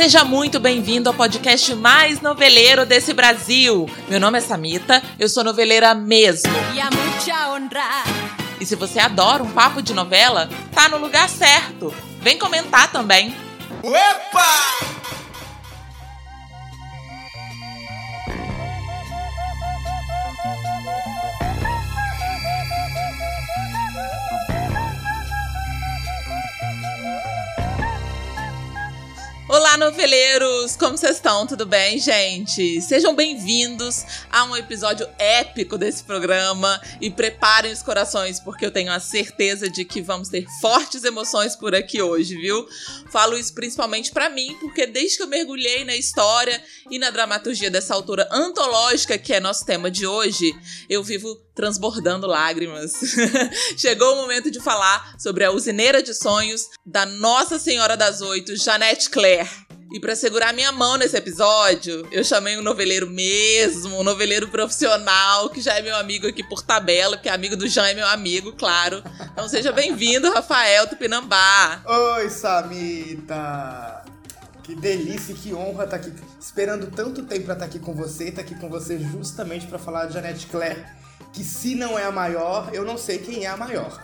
Seja muito bem-vindo ao podcast mais noveleiro desse Brasil. Meu nome é Samita, eu sou noveleira mesmo. E se você adora um papo de novela, tá no lugar certo. Vem comentar também. Opa! Olá, noveleiros! Como vocês estão? Tudo bem, gente? Sejam bem-vindos a um episódio épico desse programa e preparem os corações, porque eu tenho a certeza de que vamos ter fortes emoções por aqui hoje, viu? Falo isso principalmente pra mim, porque desde que eu mergulhei na história e na dramaturgia dessa autora antológica que é nosso tema de hoje, eu vivo transbordando lágrimas. Chegou o momento de falar sobre a usineira de sonhos da Nossa Senhora das Oito, Janete Claire. E pra segurar minha mão nesse episódio, eu chamei um noveleiro mesmo, um noveleiro profissional, que já é meu amigo aqui por tabela, porque amigo do Jean é meu amigo, claro. Então seja bem-vindo, Rafael Tupinambá. Oi, Samita! Que delícia, que honra estar aqui, esperando tanto tempo pra estar aqui com você, justamente pra falar de Janete Claire, que se não é a maior, eu não sei quem é a maior.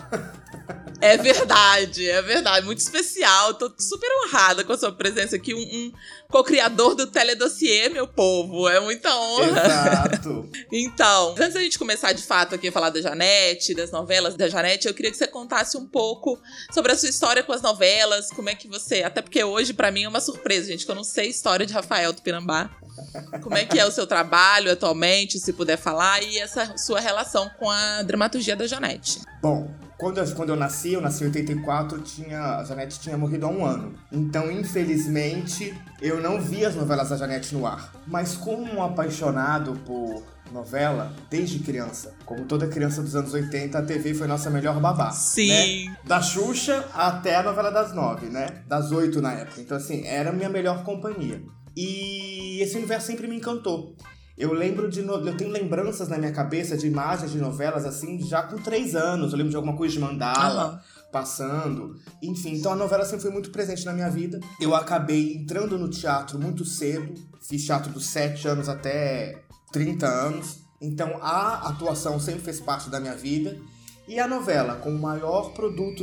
É verdade. Muito especial. Tô super honrada com a sua presença aqui. Um co-criador do Teledossiê, meu povo. É muita honra. Exato. Então, antes da gente começar de fato aqui a falar da Janete, das novelas da Janete, eu queria que você contasse um pouco sobre a sua história com as novelas, como é que você... Até porque hoje, pra mim, é uma surpresa, gente, que eu não sei a história de Rafael Tupinambá. Como é que é o seu trabalho atualmente, se puder falar, e essa sua relação com a dramaturgia da Janete. Bom, quando eu nasci em 84, a Janete tinha morrido há 1 ano. Então, infelizmente, eu não vi as novelas da Janete no ar. Mas como um apaixonado por novela, desde criança, como toda criança dos anos 80, a TV foi nossa melhor babá. Sim. Né? Da Xuxa até a novela das 9, né? Das 8 na época. Então, assim, era a minha melhor companhia. E esse universo sempre me encantou. Eu tenho lembranças na minha cabeça de imagens de novelas, assim, já com 3 anos. Eu lembro de alguma coisa de mandala, passando. Enfim, então a novela sempre foi muito presente na minha vida. Eu acabei entrando no teatro muito cedo. Fiz teatro dos 7 anos até 30 anos. Então a atuação sempre fez parte da minha vida. E a novela, como o maior produto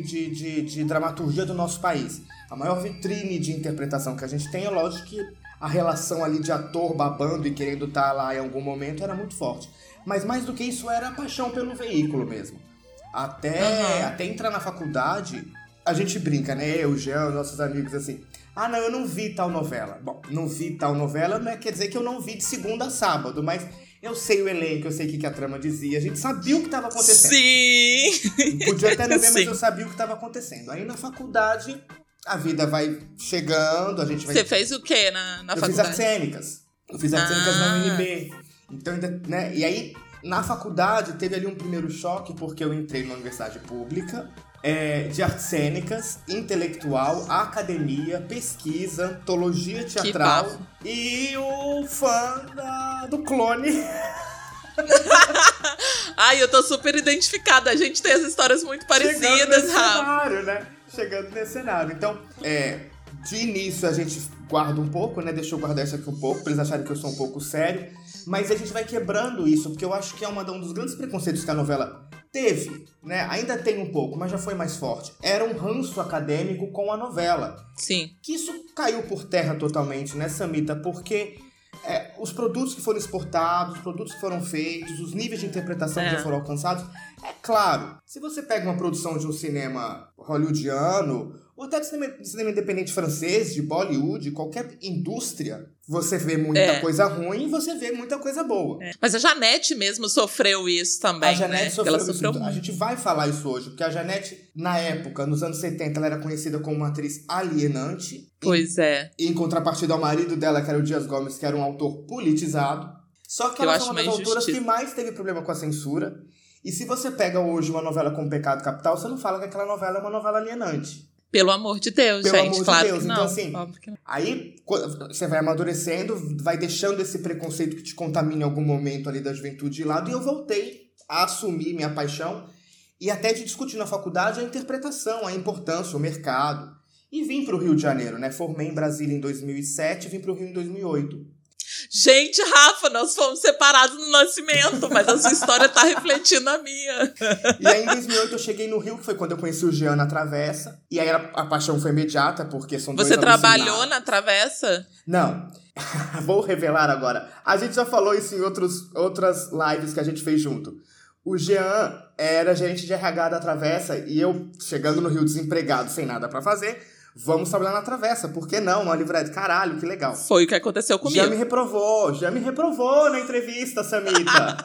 de dramaturgia do nosso país, a maior vitrine de interpretação que a gente tem, é lógico que a relação ali de ator babando e querendo estar lá em algum momento era muito forte. Mas mais do que isso, era a paixão pelo veículo mesmo. Até entrar na faculdade, a gente brinca, né? Eu, Jean, nossos amigos, assim... Ah, não, eu não vi tal novela. Bom, não vi tal novela, não quer dizer que eu não vi de segunda a sábado, mas... Eu sei o elenco, eu sei o que a trama dizia. A gente sabia o que estava acontecendo. Sim! Podia até não ver, mas eu sabia o que estava acontecendo. Aí na faculdade, a vida vai chegando, a gente vai... Você fez o quê na faculdade? Eu fiz artes cênicas. Eu fiz artes cênicas na UNB. Então, né? E aí, na faculdade, teve ali um primeiro choque, porque eu entrei numa universidade pública, de artes cênicas, intelectual, academia, pesquisa, antologia teatral e o fã do Clone. Ai, eu tô super identificada. A gente tem as histórias muito parecidas, Rafa. Chegando nesse cenário. Então, de início a gente guarda um pouco, né? Deixa eu guardar isso aqui um pouco, pra eles acharem que eu sou um pouco sério. Mas a gente vai quebrando isso, porque eu acho que é um dos grandes preconceitos que a novela teve, né? Ainda tem um pouco, mas já foi mais forte. Era um ranço acadêmico com a novela. Sim. Que isso caiu por terra totalmente, né, Samita? Porque os produtos que foram exportados, os produtos que foram feitos, os níveis de interpretação que já foram alcançados. É claro, se você pega uma produção de um cinema hollywoodiano, ou até de cinema independente francês, de Bollywood, qualquer indústria, você vê muita coisa ruim e você vê muita coisa boa. Mas a Janete mesmo sofreu isso também, a Janete, né? Sofreu isso. A gente vai falar isso hoje, porque a Janete, na época, nos anos 70, ela era conhecida como uma atriz alienante. Pois é. E em contrapartida ao marido dela, que era o Dias Gomes, que era um autor politizado. Só que ela foi uma das autoras que mais teve problema com a censura. E se você pega hoje uma novela como Pecado Capital, você não fala que aquela novela é uma novela alienante. Pelo amor de Deus, Pelo gente, amor claro de Deus. que não. Então, assim, aí você vai amadurecendo, vai deixando esse preconceito que te contamina em algum momento ali da juventude de lado, e eu voltei a assumir minha paixão e até de discutir na faculdade a interpretação, a importância, o mercado. e vim pro Rio de Janeiro, né? Formei em Brasília em 2007 e vim pro Rio em 2008. Gente, Rafa, nós fomos separados no nascimento, mas a sua história tá refletindo a minha. E aí, em 2008, eu cheguei no Rio, que foi quando eu conheci o Jean na Travessa. E aí, a paixão foi imediata, porque são dois Você trabalhou alucinados. na Travessa? Não. Vou revelar agora. A gente já falou isso em outras lives que a gente fez junto. O Jean era gerente de RH da Travessa e eu, chegando no Rio desempregado, sem nada pra fazer, vamos trabalhar na Travessa. Por que não? Uma livraria. Caralho, que legal. Foi o que aconteceu comigo. Já me reprovou na entrevista, Samita.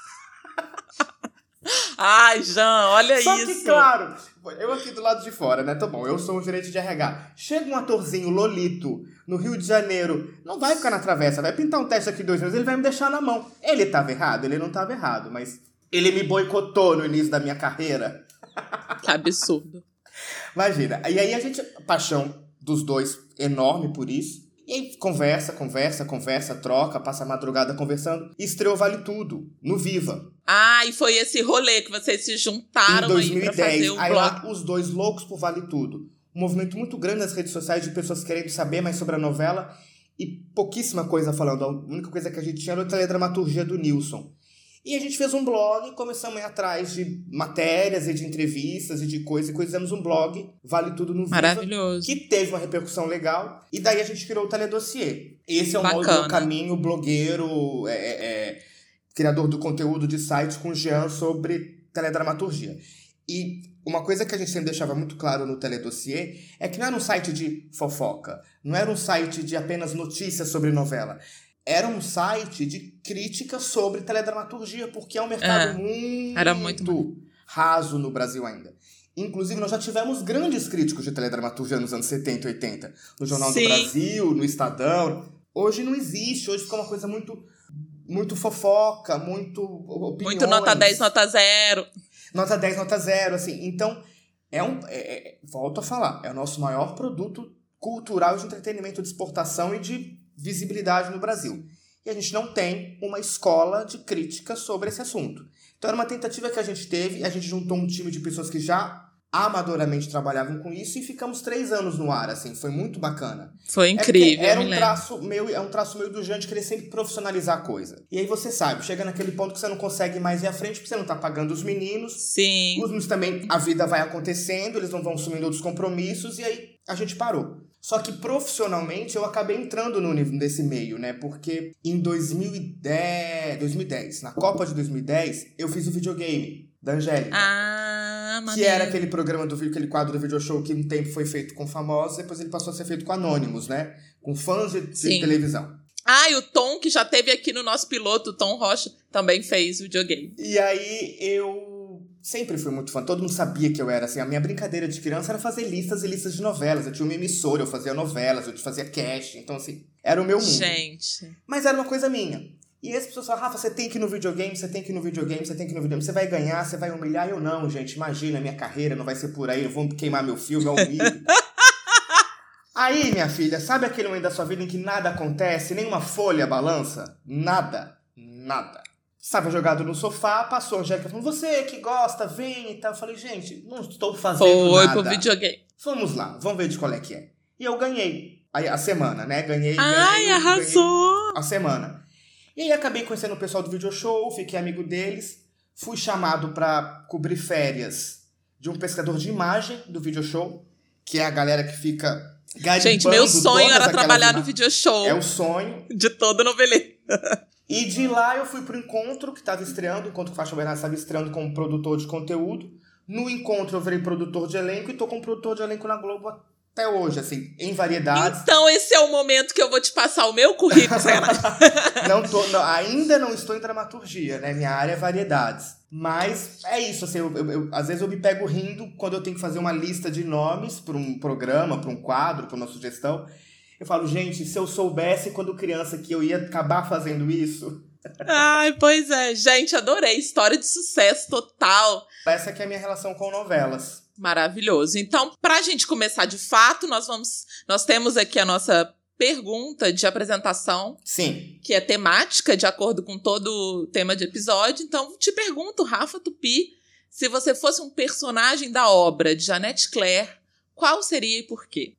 Ai, Jean, olha Só isso. que, claro, eu aqui do lado de fora, né? Tá bom, eu sou um gerente de RH. Chega um atorzinho lolito no Rio de Janeiro, não vai ficar na Travessa, vai pintar um teste aqui 2 meses, ele vai me deixar na mão. Ele tava errado? Ele não tava errado, mas ele me boicotou no início da minha carreira. Que absurdo. Imagina. E aí a gente, paixão dos dois enorme por isso. E aí conversa, troca, passa a madrugada conversando. E estreou Vale Tudo, no Viva. Ah, e foi esse rolê que vocês se juntaram em 2010, aí pra fazer o aí blog. lá, os dois loucos por Vale Tudo. Um movimento muito grande nas redes sociais de pessoas querendo saber mais sobre a novela e pouquíssima coisa falando. A única coisa que a gente tinha era a teledramaturgia do Nilson. E a gente fez um blog, começamos a ir atrás de matérias e de entrevistas e de coisas. E fizemos um blog, Vale Tudo no Viva. Maravilhoso. Que teve uma repercussão legal. E daí a gente criou o Teledossiê. Esse é o meu caminho blogueiro, criador do conteúdo de sites com o Jean sobre teledramaturgia. E uma coisa que a gente sempre deixava muito claro no Teledossiê é que não era um site de fofoca. Não era um site de apenas notícias sobre novela. Era um site de crítica sobre teledramaturgia, porque é um mercado muito raso no Brasil ainda. Inclusive, nós já tivemos grandes críticos de teledramaturgia nos anos 70 e 80. No Jornal do Brasil, no Estadão. Hoje não existe. Hoje ficou uma coisa muito fofoca, muito opiniões. Muito nota 10, nota 0. Nota 10, nota 0, assim. Então, volto a falar, é o nosso maior produto cultural de entretenimento de exportação e de visibilidade no Brasil. E a gente não tem uma escola de crítica sobre esse assunto. Então era uma tentativa que a gente teve, a gente juntou um time de pessoas que já amadoramente trabalhavam com isso e ficamos 3 anos no ar, assim, foi muito bacana. Foi incrível, é um traço meio do Jean de querer sempre profissionalizar a coisa. E aí você sabe, chega naquele ponto que você não consegue mais ir à frente porque você não tá pagando os meninos. Sim. Os meninos também, a vida vai acontecendo, eles não vão assumindo outros compromissos e aí a gente parou. Só que profissionalmente eu acabei entrando nesse meio, né? Porque em 2010, na Copa de 2010, eu fiz o videogame da Angélica. Ah, que era aquele programa aquele quadro do video show que um tempo foi feito com famosos, depois ele passou a ser feito com anônimos, né? Com fãs de televisão. Ah, e o Tom, que já teve aqui no nosso piloto, o Tom Rocha, também fez videogame. E aí eu sempre fui muito fã, todo mundo sabia que eu era assim. A minha brincadeira de criança era fazer listas e listas de novelas. Eu tinha uma emissora, eu fazia novelas, eu fazia casting, então assim, era o meu mundo. Gente. Mas era uma coisa minha. E as pessoas falam, Rafa, você tem que ir no videogame, você tem que ir no videogame, você vai ganhar, você vai humilhar. Eu não, gente, imagina, minha carreira não vai ser por aí, eu vou queimar meu filme, eu humilho. Aí, minha filha, sabe aquele momento da sua vida em que nada acontece, nenhuma folha balança? Nada. Estava jogado no sofá, passou a Angélica falando, você que gosta, vem e tal. Eu falei, gente, não estou fazendo nada. Foi pro videogame. Vamos lá, vamos ver de qual é que é. E eu ganhei a semana, né? Ganhei arrasou! A semana. E aí acabei conhecendo o pessoal do video show, fiquei amigo deles. Fui chamado pra cobrir férias de um pescador de imagem do video show, que é a galera que fica garimpando. Gente, meu sonho era trabalhar no video show. É o sonho. De todo noveleiro. E de lá eu fui pro encontro que estava estreando, o encontro que o Faixa Bernardo estava estreando como produtor de conteúdo. No encontro eu virei produtor de elenco e tô como produtor de elenco na Globo até hoje, assim, em variedades. Então esse é o momento que eu vou te passar o meu currículo, ainda não estou em dramaturgia, né? Minha área é variedades. Mas é isso, assim, às vezes eu me pego rindo quando eu tenho que fazer uma lista de nomes para um programa, para um quadro, para uma sugestão. Eu falo, gente, se eu soubesse quando criança que eu ia acabar fazendo isso... Ai, pois é. Gente, adorei. História de sucesso total. Essa que é a minha relação com novelas. Maravilhoso. Então, pra gente começar de fato, nós temos aqui a nossa pergunta de apresentação. Sim. Que é temática, de acordo com todo o tema de episódio. Então, te pergunto, Rafa Tupi, se você fosse um personagem da obra de Janete Claire, qual seria e por quê?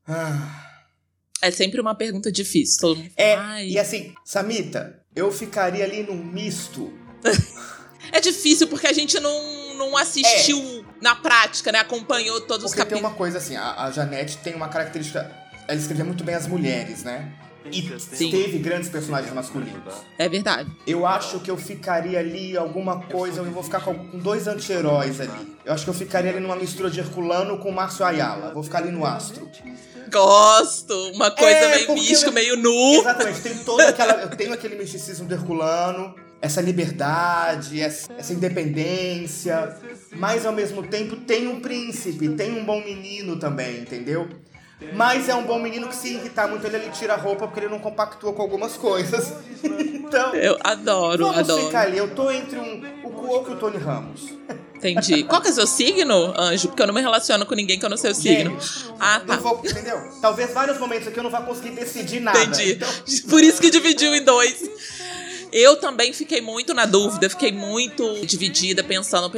É sempre uma pergunta difícil. Todo mundo fala, e assim, Samita, eu ficaria ali num misto. É difícil porque a gente não assistiu na prática, né? Acompanhou todos os capítulos. Porque tem uma coisa assim, a Janete tem uma característica, ela escrevia muito bem as mulheres, né? E teve grandes personagens masculinos. É verdade. Eu acho que eu ficaria ali alguma coisa, eu vou ficar com 2 anti-heróis ali. Eu acho que eu ficaria ali numa mistura de Herculano com Márcio Ayala. Vou ficar ali no Astro. Gosto! Uma coisa meio mística, meio nu. Exatamente, tem toda aquela. Eu tenho aquele misticismo do Herculano, essa liberdade, essa independência, mas ao mesmo tempo tem um príncipe, tem um bom menino também, entendeu? Mas é um bom menino que, se irritar muito, ele tira a roupa porque ele não compactua com algumas coisas. Então, eu adoro. Vamos ficar ali. Eu tô entre o Cuoco e o Tony Ramos. Entendi. Qual que é o seu signo, Anjo? Porque eu não me relaciono com ninguém que eu não sei o signo. Tá. Não vou, entendeu? Talvez vários momentos aqui eu não vá conseguir decidir nada. Entendi. Então... Por isso que dividiu em 2. Eu também fiquei muito na dúvida, fiquei muito dividida, pensando.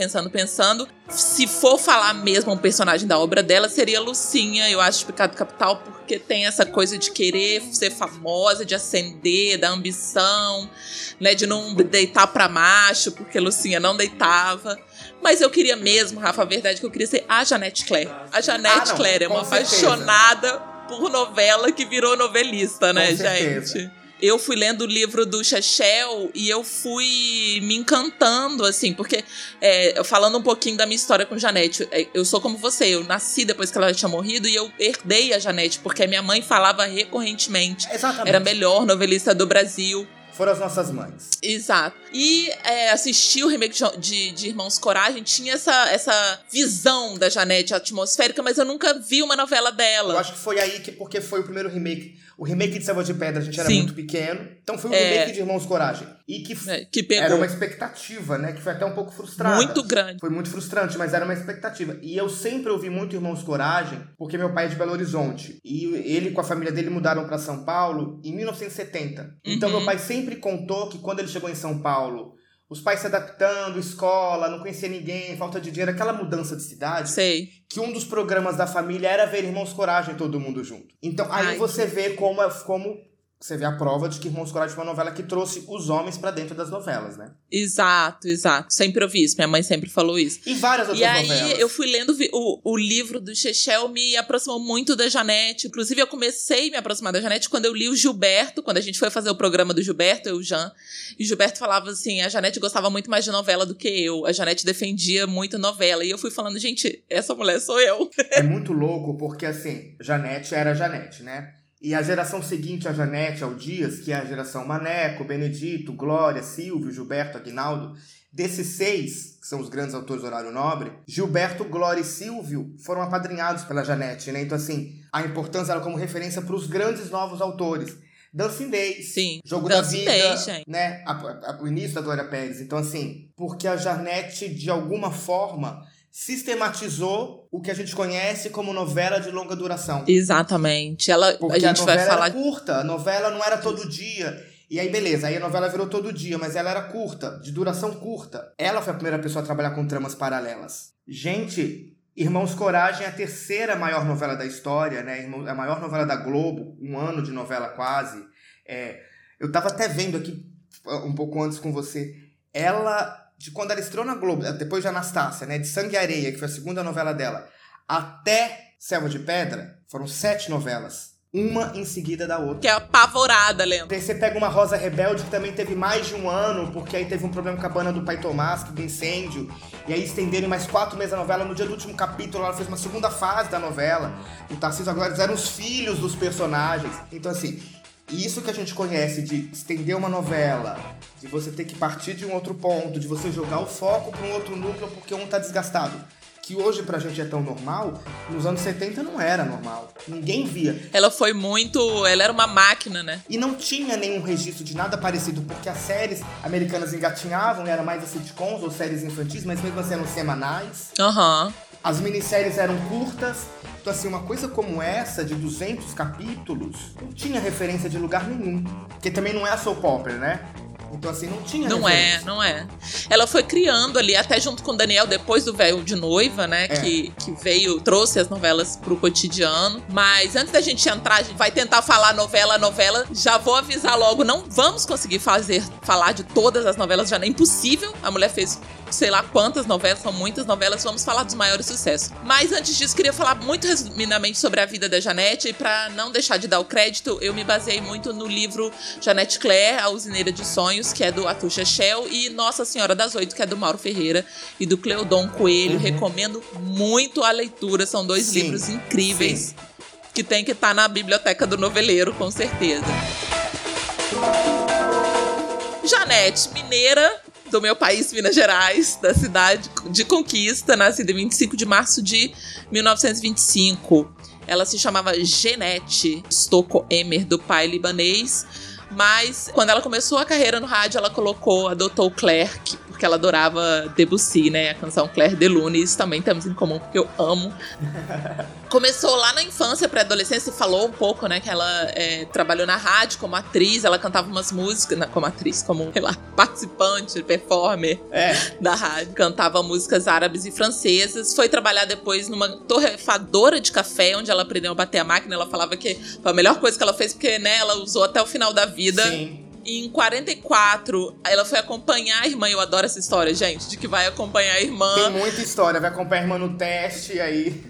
Se for falar mesmo um personagem da obra dela, seria Lucinha, eu acho, de Pecado Capital, porque tem essa coisa de querer ser famosa, de ascender, da ambição, né, de não deitar pra macho, porque Lucinha não deitava. Mas eu queria mesmo, Rafa, a verdade é que eu queria ser a Janete Claire. A Janete Claire é uma apaixonada por novela que virou novelista, né, gente? Eu fui lendo o livro do Chechel e eu fui me encantando, assim, porque, falando um pouquinho da minha história com Janete, eu sou como você, eu nasci depois que ela já tinha morrido e eu herdei a Janete, porque a minha mãe falava recorrentemente. Exatamente. Era a melhor novelista do Brasil. Foram as nossas mães. Exato. E assistir o remake de Irmãos Coragem tinha essa visão da Janete atmosférica, mas eu nunca vi uma novela dela. Eu acho que foi aí porque foi o primeiro remake. O remake de Selva de Pedra a gente era muito pequeno. Então foi o remake de Irmãos Coragem. E que pegou. Era uma expectativa, né? Que foi até um pouco frustrada. Muito grande. Foi muito frustrante, mas era uma expectativa. E eu sempre ouvi muito Irmãos Coragem, porque meu pai é de Belo Horizonte. E ele com a família dele mudaram pra São Paulo em 1970. Então meu pai sempre contou que quando ele chegou em São Paulo, os pais se adaptando, escola, não conhecia ninguém, falta de dinheiro, aquela mudança de cidade. Sei. Que um dos programas da família era ver Irmãos Coragem, todo mundo junto. Então aí você vê como você vê a prova de que Irmãos Coragem foi uma novela que trouxe os homens pra dentro das novelas, né? Exato. Sempre ouvi isso. Minha mãe sempre falou isso. E várias outras novelas. E aí eu fui lendo o livro do Chechel, me aproximou muito da Janete. Inclusive eu comecei a me aproximar da Janete quando eu li o Gilberto, quando a gente foi fazer o programa do Gilberto, eu e o Jean. E o Gilberto falava assim, a Janete gostava muito mais de novela do que eu. A Janete defendia muito novela. E eu fui falando, gente, essa mulher sou eu. É muito louco porque, assim, Janete era Janete, né? E a geração seguinte a Janete, ao Dias, que é a geração Maneco, Benedito, Glória, Silvio, Gilberto, Aguinaldo, desses 6, que são os grandes autores do horário nobre, Gilberto, Glória e Silvio foram apadrinhados pela Janete, né? Então, assim, a importância dela como referência para os grandes novos autores. Dancing Days, Jogo da Vida, né? O início da Glória Pérez. Então, assim, porque a Janete, de alguma forma, sistematizou o que a gente conhece como novela de longa duração. Exatamente. Porque a novela era curta, a novela não era todo dia. E aí, beleza, aí a novela virou todo dia, mas ela era curta, de duração curta. Ela foi a primeira pessoa a trabalhar com tramas paralelas. Gente, Irmãos Coragem é a 3ª maior novela da história, né? A maior novela da Globo, 1 ano de novela quase. Eu tava até vendo aqui, um pouco antes com você, quando ela estreou na Globo, depois de Anastácia, né, de Sangue e Areia, que foi a 2ª novela dela, até Selva de Pedra, foram 7 novelas. Uma em seguida da outra. Que é apavorada, lembra? Aí você pega uma Rosa Rebelde, que também teve mais de 1 ano, porque aí teve um problema com a banda do Pai Tomás, do incêndio, e aí estenderam mais 4 meses a novela. No dia do último capítulo, ela fez uma 2ª fase da novela. O Tarcísio agora eram os filhos dos personagens. Então, assim, isso que a gente conhece de estender uma novela, de você ter que partir de um outro ponto, de você jogar o foco para um outro núcleo porque um tá desgastado, que hoje pra gente é tão normal, nos anos 70 não era normal. Ninguém via. Ela era uma máquina, né? E não tinha nenhum registro de nada parecido, porque as séries americanas engatinhavam, era mais as sitcoms ou séries infantis, mas mesmo assim eram semanais. As minisséries eram curtas. Então, assim, uma coisa como essa, de 200 capítulos, não tinha referência de lugar nenhum. Porque também não é a soap opera, né? Então, assim, não tinha Não referência. não é. Ela foi criando ali, até junto com o Daniel, depois do Véu de Noiva, né? Que trouxe as novelas pro cotidiano. Mas antes da gente entrar, a gente vai tentar falar novela a novela. Já vou avisar logo, não vamos conseguir falar de todas as novelas, já é impossível. A mulher fez sei lá quantas novelas, são muitas novelas, vamos falar dos maiores sucessos. Mas antes disso, queria falar muito resumidamente sobre a vida da Janete, e pra não deixar de dar o crédito, eu me baseei muito no livro Janete Claire, A Usineira de Sonhos, que é do Arthur Chechel, e Nossa Senhora das Oito, que é do Mauro Ferreira e do Cleodon Coelho. Recomendo muito a leitura, são dois livros incríveis que tem que estar na biblioteca do noveleiro, com certeza. Janete, mineira do meu país, Minas Gerais, da cidade de Conquista, nascida em 25 de março de 1925. Ela se chamava Genete Stocco Emer, do pai libanês, mas quando ela começou a carreira no rádio, ela adotou Claire, porque ela adorava Debussy, né? A canção Claire de Lune, isso também temos em comum, porque eu amo. Começou lá na infância, pré-adolescência, e falou um pouco, né, que ela trabalhou na rádio como atriz, ela cantava umas músicas, como atriz, como, sei lá, participante, performer da rádio. Cantava músicas árabes e francesas. Foi trabalhar depois numa torrefadora de café, onde ela aprendeu a bater a máquina. Ela falava que foi a melhor coisa que ela fez, porque, né, ela usou até o final da vida. Sim. Em 44, ela foi acompanhar a irmã. Eu adoro essa história, gente, de que vai acompanhar a irmã. Tem muita história, vai acompanhar a irmã no teste, aí...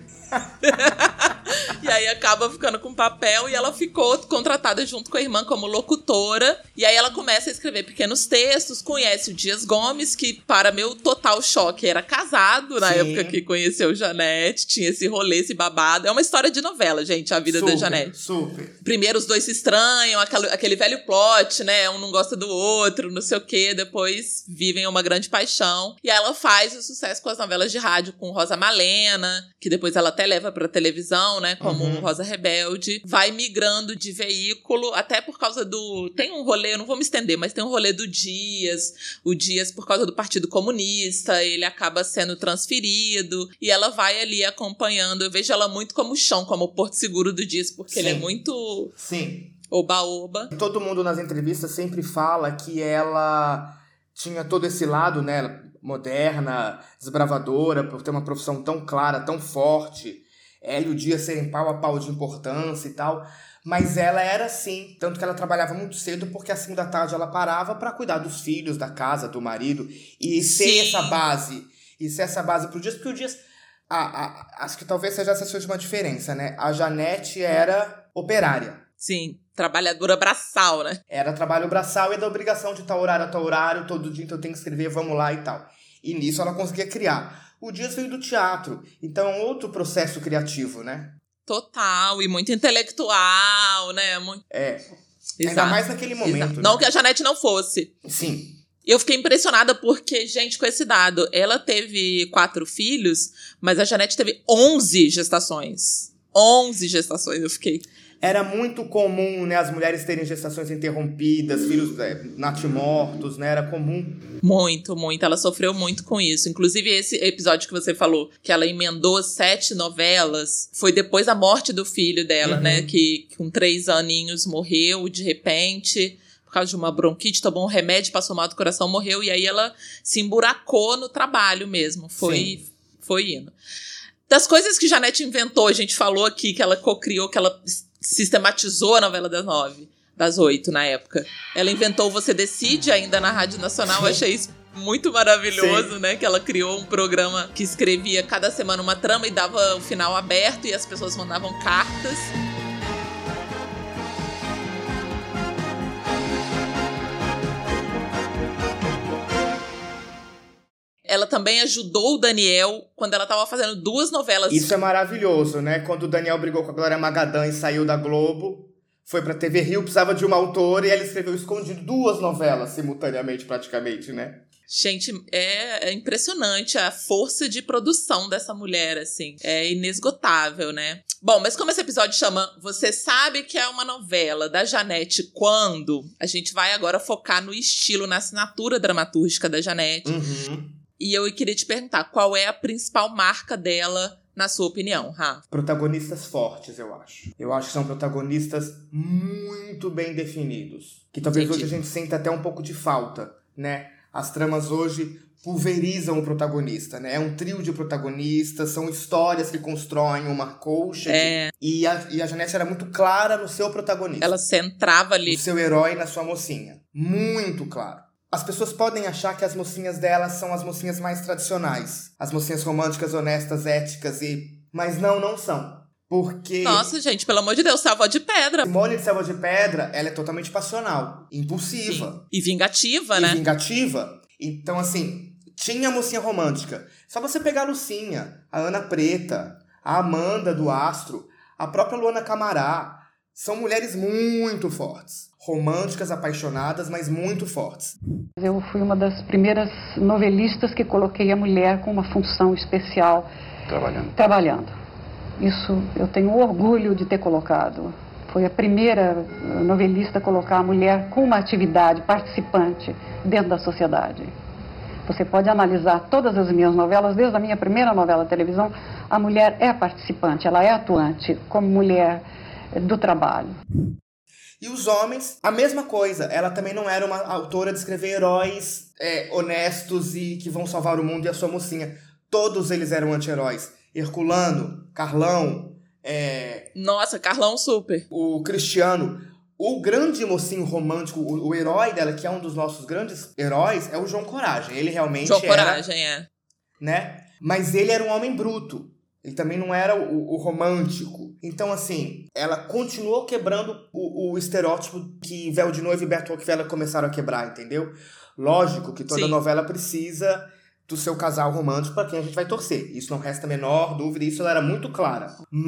E aí acaba ficando com papel, e ela ficou contratada junto com a irmã como locutora. E aí ela começa a escrever pequenos textos, conhece o Dias Gomes, que para meu total choque era casado na época que conheceu Janete, tinha esse rolê, esse babado. É uma história de novela, gente, a vida da Janete. Super. Primeiro os dois se estranham, aquele velho plot, né, um não gosta do outro, não sei o quê, depois vivem uma grande paixão. E aí ela faz o sucesso com as novelas de rádio, com Rosa Malena, que depois ela até leva pra televisão, né, como Rosa Rebelde. Vai migrando de veículo, até por causa tem um rolê, eu não vou me estender, mas tem um rolê do Dias. O Dias, por causa do Partido Comunista, ele acaba sendo transferido, e ela vai ali acompanhando. Eu vejo ela muito como chão, como o Porto Seguro do Dias, porque ele é muito... Oba-oba. Todo mundo nas entrevistas sempre fala que ela tinha todo esse lado, né, moderna, desbravadora, por ter uma profissão tão clara, tão forte. Ela e o Dias serem pau a pau de importância e tal. Mas ela era assim, tanto que ela trabalhava muito cedo, porque às 5 da tarde ela parava para cuidar dos filhos, da casa, do marido, e ser essa base. E ser essa base pro Dias, porque o Dias... acho que talvez seja essa uma diferença, né? A Janete era operária. Sim, trabalhadora braçal, né? Era trabalho braçal e da obrigação de tal horário, todo dia então eu tenho que escrever, vamos lá e tal. E nisso ela conseguia criar. O Dias veio do teatro, então é um outro processo criativo, né? Total, e muito intelectual, né? Ainda mais naquele momento. Né? Não que a Janete não fosse. Sim. Eu fiquei impressionada porque, gente, com esse dado, ela teve 4 filhos, mas a Janete teve 11 gestações. 11 gestações, eu fiquei... Era muito comum, né, as mulheres terem gestações interrompidas, filhos natimortos, né, era comum. Muito, muito, ela sofreu muito com isso. Inclusive esse episódio que você falou, que ela emendou 7 novelas, foi depois da morte do filho dela, né, que com 3 aninhos morreu de repente, por causa de uma bronquite, tomou um remédio, passou mal do coração, morreu, e aí ela se emburacou no trabalho mesmo, foi indo. Das coisas que Janete inventou, a gente falou aqui, que ela cocriou, que ela sistematizou a novela das 8 na época. Ela inventou Você Decide ainda na Rádio Nacional. Eu achei isso muito maravilhoso, né? Que ela criou um programa que escrevia cada semana uma trama e dava o final aberto e as pessoas mandavam cartas. Ela também ajudou o Daniel quando ela estava fazendo 2 novelas. Isso é maravilhoso, né? Quando o Daniel brigou com a Glória Magadã e saiu da Globo, foi pra TV Rio, precisava de uma autora, e ela escreveu escondido 2 novelas simultaneamente, praticamente, né? Gente, é impressionante a força de produção dessa mulher, assim. É inesgotável, né? Bom, mas como esse episódio chama Você Sabe que é uma novela da Janete quando? A gente vai agora focar no estilo, na assinatura dramatúrgica da Janete. E eu queria te perguntar, qual é a principal marca dela na sua opinião, Rafa? Protagonistas fortes, eu acho. Eu acho que são protagonistas muito bem definidos. Que talvez hoje a gente sinta até um pouco de falta, né? As tramas hoje pulverizam o protagonista, né? É um trio de protagonistas, são histórias que constroem uma colcha. E a Janete era muito clara no seu protagonista. Ela centrava ali. No seu herói, na sua mocinha. Muito claro. As pessoas podem achar que as mocinhas dela são as mocinhas mais tradicionais. As mocinhas românticas, honestas, éticas Mas não são. Porque... Nossa, gente, pelo amor de Deus, Selva de Pedra. Simone de Selva de Pedra, ela é totalmente passional. Impulsiva. Sim. E vingativa, né? Então, assim, tinha a mocinha romântica. Só você pegar a Lucinha, a Ana Preta, a Amanda do Astro, a própria Luana Camará. São mulheres muito fortes. Românticas, apaixonadas, mas muito fortes. Eu fui uma das primeiras novelistas que coloquei a mulher com uma função especial. Trabalhando. Isso eu tenho orgulho de ter colocado. Foi a primeira novelista a colocar a mulher com uma atividade participante dentro da sociedade. Você pode analisar todas as minhas novelas, desde a minha primeira novela de televisão, a mulher é participante, ela é atuante como mulher do trabalho. E os homens, a mesma coisa. Ela também não era uma autora de escrever heróis honestos e que vão salvar o mundo e a sua mocinha. Todos eles eram anti-heróis. Herculano, Carlão... Nossa, Carlão super. O Cristiano. O grande mocinho romântico, o herói dela, que é um dos nossos grandes heróis, é o João Coragem. Ele realmente Coragem, né? Mas ele era um homem bruto. Ele também não era o romântico. Então, assim, ela continuou quebrando o estereótipo que Véu de Noiva e Beto Rockefeller começaram a quebrar, entendeu? Lógico que toda novela precisa do seu casal romântico para quem a gente vai torcer. Isso não resta a menor dúvida, isso ela era muito clara.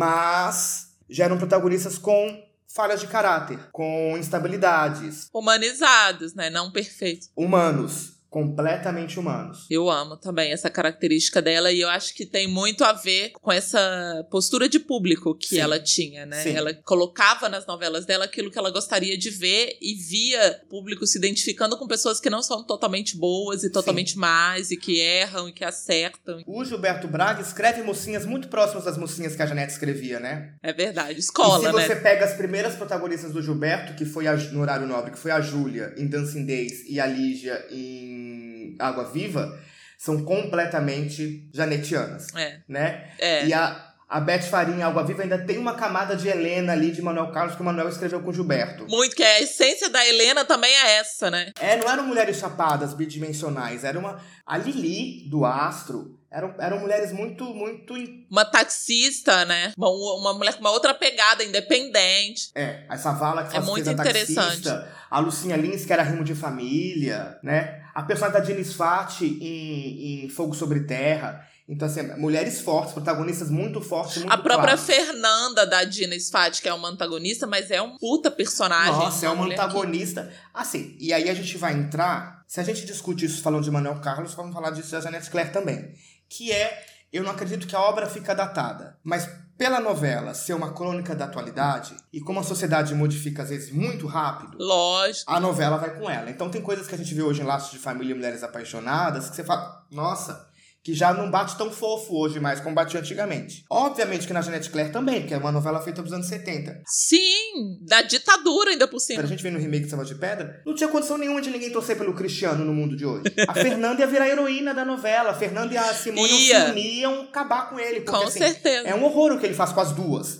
Mas já eram protagonistas com falhas de caráter, com instabilidades. Humanizados, né? Não perfeitos. Humanos. Completamente humanos. Eu amo também essa característica dela e eu acho que tem muito a ver com essa postura de público que ela tinha, né? Sim. Ela colocava nas novelas dela aquilo que ela gostaria de ver e via o público se identificando com pessoas que não são totalmente boas e totalmente más e que erram e que acertam. O Gilberto Braga escreve mocinhas muito próximas das mocinhas que a Janete escrevia, né? É verdade. Escola, né? E se você pega as primeiras protagonistas do Gilberto, que foi no Horário Nobre, que foi a Júlia em Dancing Days e a Lígia em Água Viva, são completamente janetianas, né? E a Beth Faria em Água Viva ainda tem uma camada de Helena ali, de Manuel Carlos, que o Manuel escreveu com o Gilberto. Muito, que a essência da Helena também é essa, né? Não eram mulheres chapadas, bidimensionais, a Lili, do Astro, eram mulheres muito... Uma taxista, né? Uma mulher com uma outra pegada, independente. Essa Vala que faz muito interessante. A Lucinha Lins, que era rimo de família, né? A personagem da Diniz Fati em Fogo Sobre Terra. Então, assim, mulheres fortes, protagonistas muito fortes, muito A própria claras. Fernanda da Diniz Fati, que é uma antagonista, mas é um puta personagem. Nossa, é uma antagonista. Assim, e aí a gente vai entrar... Se a gente discute isso falando de Manuel Carlos, vamos falar disso da Janete Claire também. Que eu não acredito que a obra fica datada. Mas pela novela ser uma crônica da atualidade, e como a sociedade modifica às vezes muito rápido, lógico, a novela vai com ela. Então tem coisas que a gente vê hoje em Laços de Família e Mulheres Apaixonadas, que você fala, nossa, que já não bate tão fofo hoje mais como batia antigamente. Obviamente que na Janete Claire também, porque é uma novela feita dos anos 70. Sim, da ditadura ainda por cima. A gente vê no remake de Selva de Pedra, não tinha condição nenhuma de ninguém torcer pelo Cristiano no mundo de hoje. A Fernanda ia virar a heroína da novela. A Fernanda e a Simone se uniam acabar com ele. Porque, com certeza. É um horror o que ele faz com as duas.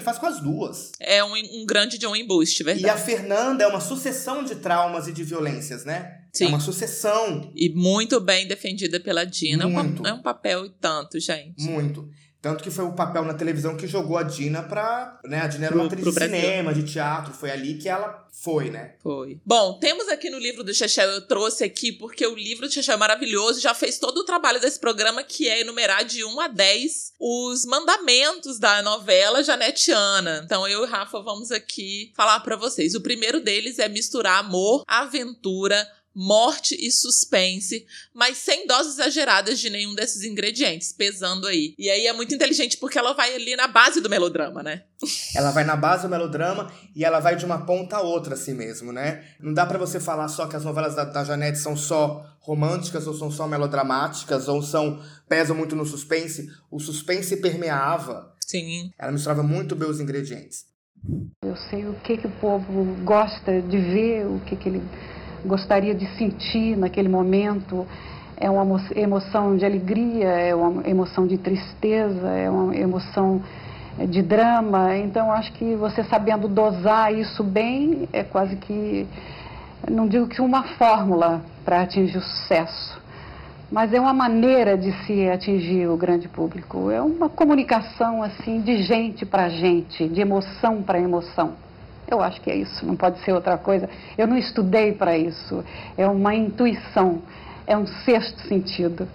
É um grande John embuste, verdade. E a Fernanda é uma sucessão de traumas e de violências, né? Sim. É uma sucessão. E muito bem defendida pela Dina. Muito. É um papel e tanto, gente. Muito. Tanto que foi o papel na televisão que jogou a Dina pra... Né? A Dina era uma atriz de cinema, de teatro. Foi ali que ela foi, né? Foi. Bom, temos aqui no livro do Chechel, eu trouxe aqui porque o livro do Chechel é maravilhoso, já fez todo o trabalho desse programa, que é enumerar de 1 a 10 os mandamentos da novela janetiana. Então eu e Rafa vamos aqui falar pra vocês. O primeiro deles é misturar amor, aventura, morte e suspense, mas sem doses exageradas de nenhum desses ingredientes, pesando aí. E aí é muito inteligente porque ela vai ali na base do melodrama, né? Ela vai na base do melodrama e ela vai de uma ponta a outra assim mesmo, né? Não dá pra você falar só que as novelas da Janete são só românticas ou são só melodramáticas ou pesam muito no suspense. O suspense permeava. Sim. Ela misturava muito bem os ingredientes. Eu sei o que o povo gosta de ver, o que ele gostaria de sentir naquele momento. É uma emoção de alegria, é uma emoção de tristeza, é uma emoção de drama. Então, acho que você sabendo dosar isso bem, é quase que, não digo que uma fórmula para atingir o sucesso, mas é uma maneira de se atingir o grande público. É uma comunicação, assim, de gente para gente, de emoção para emoção. Eu acho que é isso, não pode ser outra coisa. Eu não estudei para isso. É uma intuição, é um sexto sentido.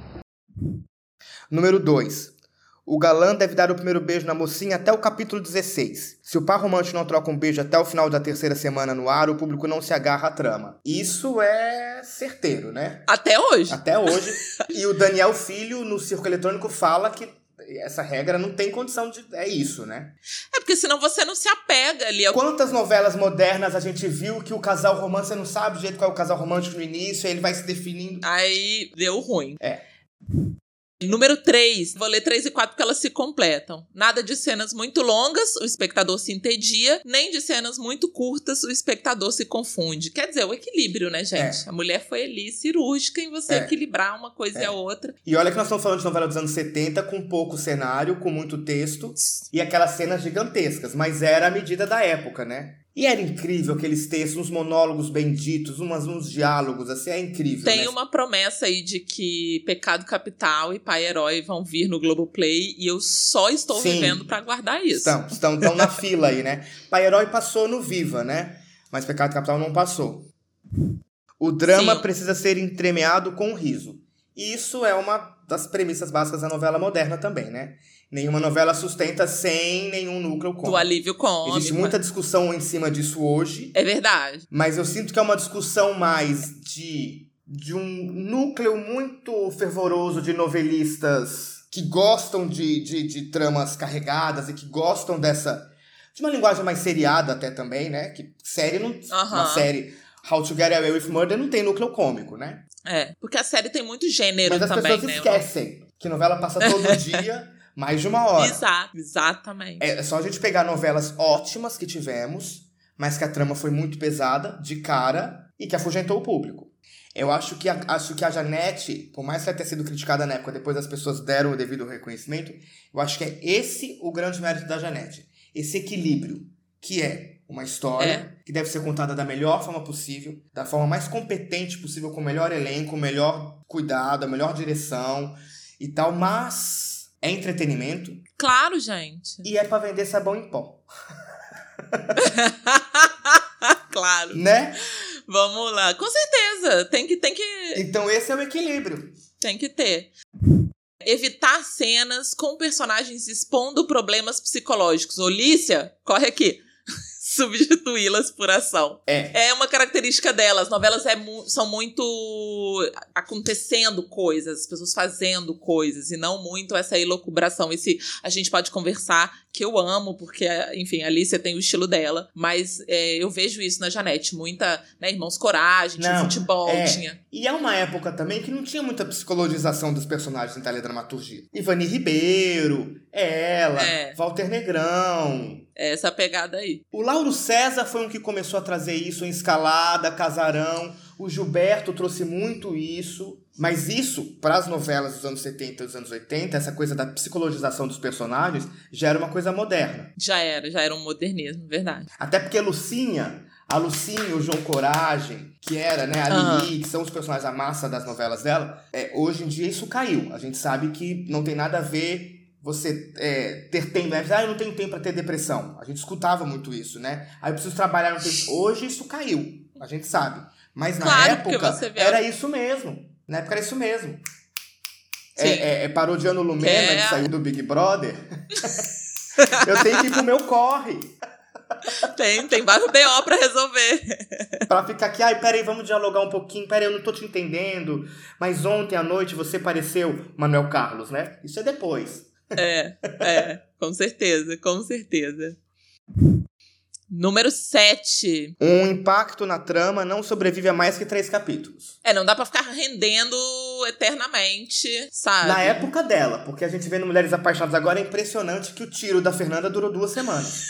Número 2. O galã deve dar o primeiro beijo na mocinha até o capítulo 16. Se o par romântico não troca um beijo até o final da 3ª semana no ar, o público não se agarra à trama. Isso é certeiro, né? Até hoje. Até hoje. E o Daniel Filho, no Circo Eletrônico, fala que essa regra não tem condição de... É isso, né? É porque senão você não se apega ali. Quantas novelas modernas a gente viu que o casal romântico, você não sabe o jeito qual é o casal romântico no início, aí ele vai se definindo. Aí deu ruim. É. Número 3, vou ler 3 e 4 porque elas se completam. Nada de cenas muito longas, o espectador se entedia, nem de cenas muito curtas, o espectador se confunde. Quer dizer, o equilíbrio, né, gente? É. A mulher foi ali cirúrgica em você equilibrar uma coisa e a outra. E olha que nós estamos falando de novela dos anos 70, com pouco cenário, com muito texto, e aquelas cenas gigantescas, mas era a medida da época, né? E era incrível aqueles textos, uns monólogos benditos, uns diálogos, assim, é incrível. Tem, né? uma promessa aí de que Pecado Capital e Pai Herói vão vir no Globoplay e eu só estou vivendo pra aguardar isso. Estão na fila aí, né? Pai Herói passou no Viva, né? Mas Pecado Capital não passou. O drama precisa ser entremeado com riso. E isso é uma das premissas básicas da novela moderna também, né? Nenhuma novela sustenta sem nenhum núcleo cômico. Do alívio cômico. Existe muita discussão em cima disso hoje. É verdade. Mas eu sinto que é uma discussão mais de um núcleo muito fervoroso de novelistas que gostam de tramas carregadas e que gostam de uma linguagem mais seriada até também, né? Que série não... Uma série How to Get Away with Murder não tem núcleo cômico, né? É, porque a série tem muito gênero também, né? Mas as pessoas esquecem que novela passa todo dia... Mais de uma hora. Exatamente. É só a gente pegar novelas ótimas que tivemos, mas que a trama foi muito pesada, de cara, e que afugentou o público. Eu acho que a Janete, por mais que ela tenha sido criticada na época, depois as pessoas deram o devido reconhecimento, eu acho que é esse o grande mérito da Janete. Esse equilíbrio, que é uma história que deve ser contada da melhor forma possível, da forma mais competente possível, com o melhor elenco, o melhor cuidado, a melhor direção e tal, mas... É entretenimento. Claro, gente. E é pra vender sabão em pó. Claro. Né? Vamos lá. Com certeza. Tem que... Então esse é o equilíbrio. Tem que ter. Evitar cenas com personagens expondo problemas psicológicos. Olícia, corre aqui. Substituí-las por ação. É uma característica delas. As novelas são muito acontecendo coisas, as pessoas fazendo coisas, e não muito essa elucubração. A gente pode conversar, que eu amo, porque, enfim, a Alicia tem o estilo dela, mas eu vejo isso na Janete. Muita, né, Irmãos Coragem, tinha futebol, tinha... E é uma época também que não tinha muita psicologização dos personagens em teledramaturgia. Ivani Ribeiro, Walter Negrão... Essa pegada aí. O Lauro César foi um que começou a trazer isso em Escalada, Casarão. O Gilberto trouxe muito isso. Mas isso, para as novelas dos anos 70 e dos anos 80, essa coisa da psicologização dos personagens, já era uma coisa moderna. Já era um modernismo, verdade. Até porque a Lucinha e o João Coragem, que era, né, a Lili, que são os personagens, a massa das novelas dela, hoje em dia isso caiu. A gente sabe que não tem nada a ver... Você ter tempo, né? Eu não tenho tempo para ter depressão. A gente escutava muito isso, né? Aí eu preciso trabalhar no tempo. Hoje isso caiu, a gente sabe. Mas na época era isso mesmo. Na época era isso mesmo. Parodiando Lumena, que saiu do Big Brother. Eu tenho que ir pro meu corre. Tem vários BO pra resolver. Pra ficar aqui, peraí, vamos dialogar um pouquinho, peraí, eu não tô te entendendo, mas ontem à noite você pareceu Manuel Carlos, né? Isso é depois. Com certeza. Número 7. Um impacto na trama não sobrevive a mais que 3 capítulos. Não dá pra ficar rendendo eternamente, sabe? Na época dela, porque a gente vê no Mulheres Apaixonadas agora, é impressionante que o tiro da Fernanda durou 2 semanas.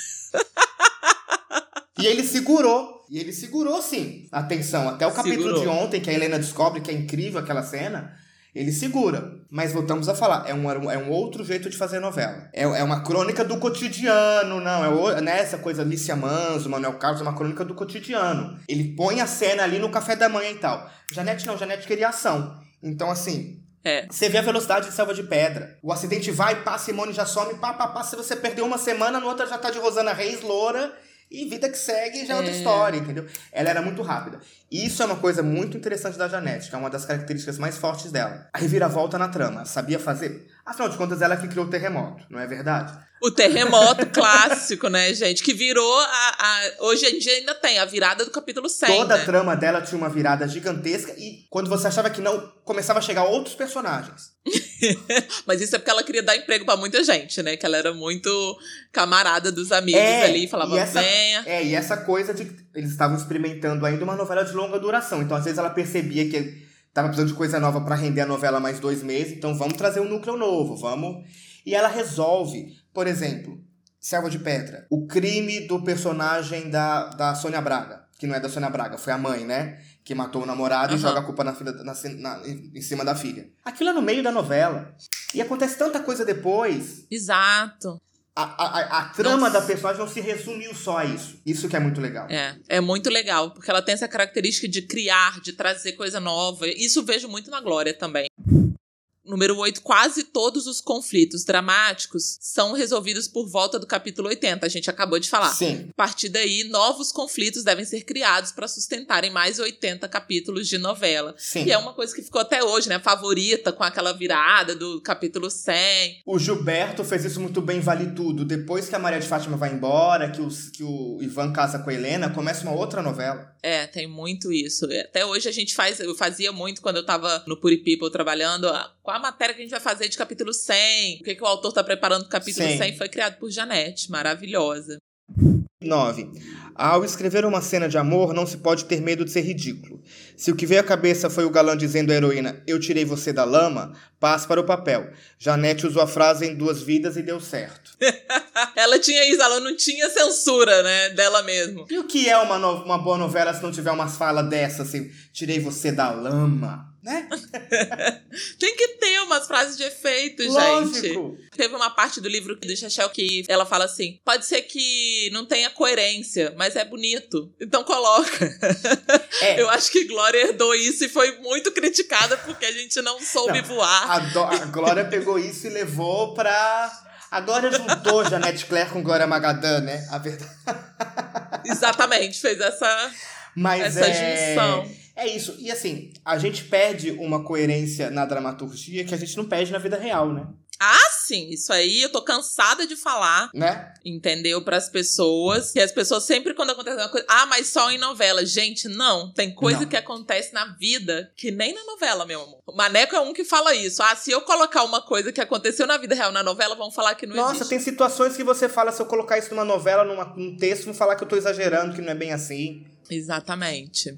E ele segurou sim a tensão. Até o capítulo de ontem, que a Helena descobre que é incrível aquela cena, ele segura. Mas voltamos a falar, é um outro jeito de fazer novela. É uma crônica do cotidiano, não é essa coisa Lícia Manso, Manuel Carlos, é uma crônica do cotidiano. Ele põe a cena ali no café da manhã e tal. Janete queria ação. Então, assim, você vê a velocidade de Selva de Pedra. O acidente vai, pá, Simone já some, pá. Se você perdeu uma semana, no outra já tá de Rosana Reis, loura. E vida que segue já é outra história, entendeu? Ela era muito rápida. E isso é uma coisa muito interessante da Janete, que é uma das características mais fortes dela. A reviravolta na trama. Sabia fazer? Afinal de contas, ela que criou o terremoto, não é verdade? O terremoto clássico, né, gente? Que virou hoje em dia ainda tem a virada do capítulo 100, Toda a trama dela tinha uma virada gigantesca e quando você achava que não, começava a chegar outros personagens. Mas isso é porque ela queria dar emprego pra muita gente, né? Que ela era muito camarada dos amigos ali, falava, venha. E essa coisa de eles estavam experimentando ainda uma novela de longa duração. Então, às vezes, ela percebia que tava precisando de coisa nova pra render a novela mais 2 meses. Então, vamos trazer um núcleo novo, vamos... E ela resolve, por exemplo, Selva de Pedra, o crime do personagem da Sônia Braga, que não é da Sônia Braga, foi a mãe, né? Que matou o namorado e joga a culpa em cima da filha. Aquilo é no meio da novela. E acontece tanta coisa depois. Exato. A trama da personagem não se resumiu só a isso. Isso que é muito legal. É muito legal, porque ela tem essa característica de criar, de trazer coisa nova. Isso eu vejo muito na Glória também. Número 8, quase todos os conflitos dramáticos são resolvidos por volta do capítulo 80, a gente acabou de falar. Sim. A partir daí, novos conflitos devem ser criados para sustentarem mais 80 capítulos de novela. Sim. E é uma coisa que ficou até hoje, né? Favorita, com aquela virada do capítulo 100. O Gilberto fez isso muito bem, Vale Tudo. Depois que a Maria de Fátima vai embora, que o Ivan casa com a Helena, começa uma outra novela. Tem muito isso. Até hoje eu fazia muito quando eu tava no Puri People trabalhando, com a matéria que a gente vai fazer de capítulo 100, o que o autor tá preparando pro capítulo 100 foi criado por Janete, maravilhosa. 9. Ao escrever uma cena de amor, não se pode ter medo de ser ridículo. Se o que veio à cabeça foi o galã dizendo à heroína, eu tirei você da lama, passe para o papel. Janete usou a frase em 2 vidas e deu certo. Ela tinha isso, ela não tinha censura, né, dela mesma. E o que é uma boa novela se não tiver umas falas dessas, assim, tirei você da lama? Né? Tem que ter umas frases de efeito, Lógico. Gente. Teve uma parte do livro do Chechel que ela fala assim, pode ser que não tenha coerência, mas é bonito, então coloca. Eu acho que Glória herdou isso e foi muito criticada porque a gente não soube voar. A Glória pegou isso e levou pra... A Glória juntou Janete Claire com Glória Magadã, né? A verdade. Exatamente, fez essa junção. É isso. E assim, a gente perde uma coerência na dramaturgia que a gente não perde na vida real, né? Ah, sim. Isso aí eu tô cansada de falar. Né? Entendeu? Pras pessoas. Que as pessoas sempre quando acontece uma coisa... mas só em novela. Gente, não. Tem coisa que acontece na vida que nem na novela, meu amor. O Maneco é um que fala isso. Se eu colocar uma coisa que aconteceu na vida real na novela, vão falar que não existe. Nossa, tem situações que você fala, se eu colocar isso numa novela, num texto, vão falar que eu tô exagerando, que não é bem assim. Exatamente.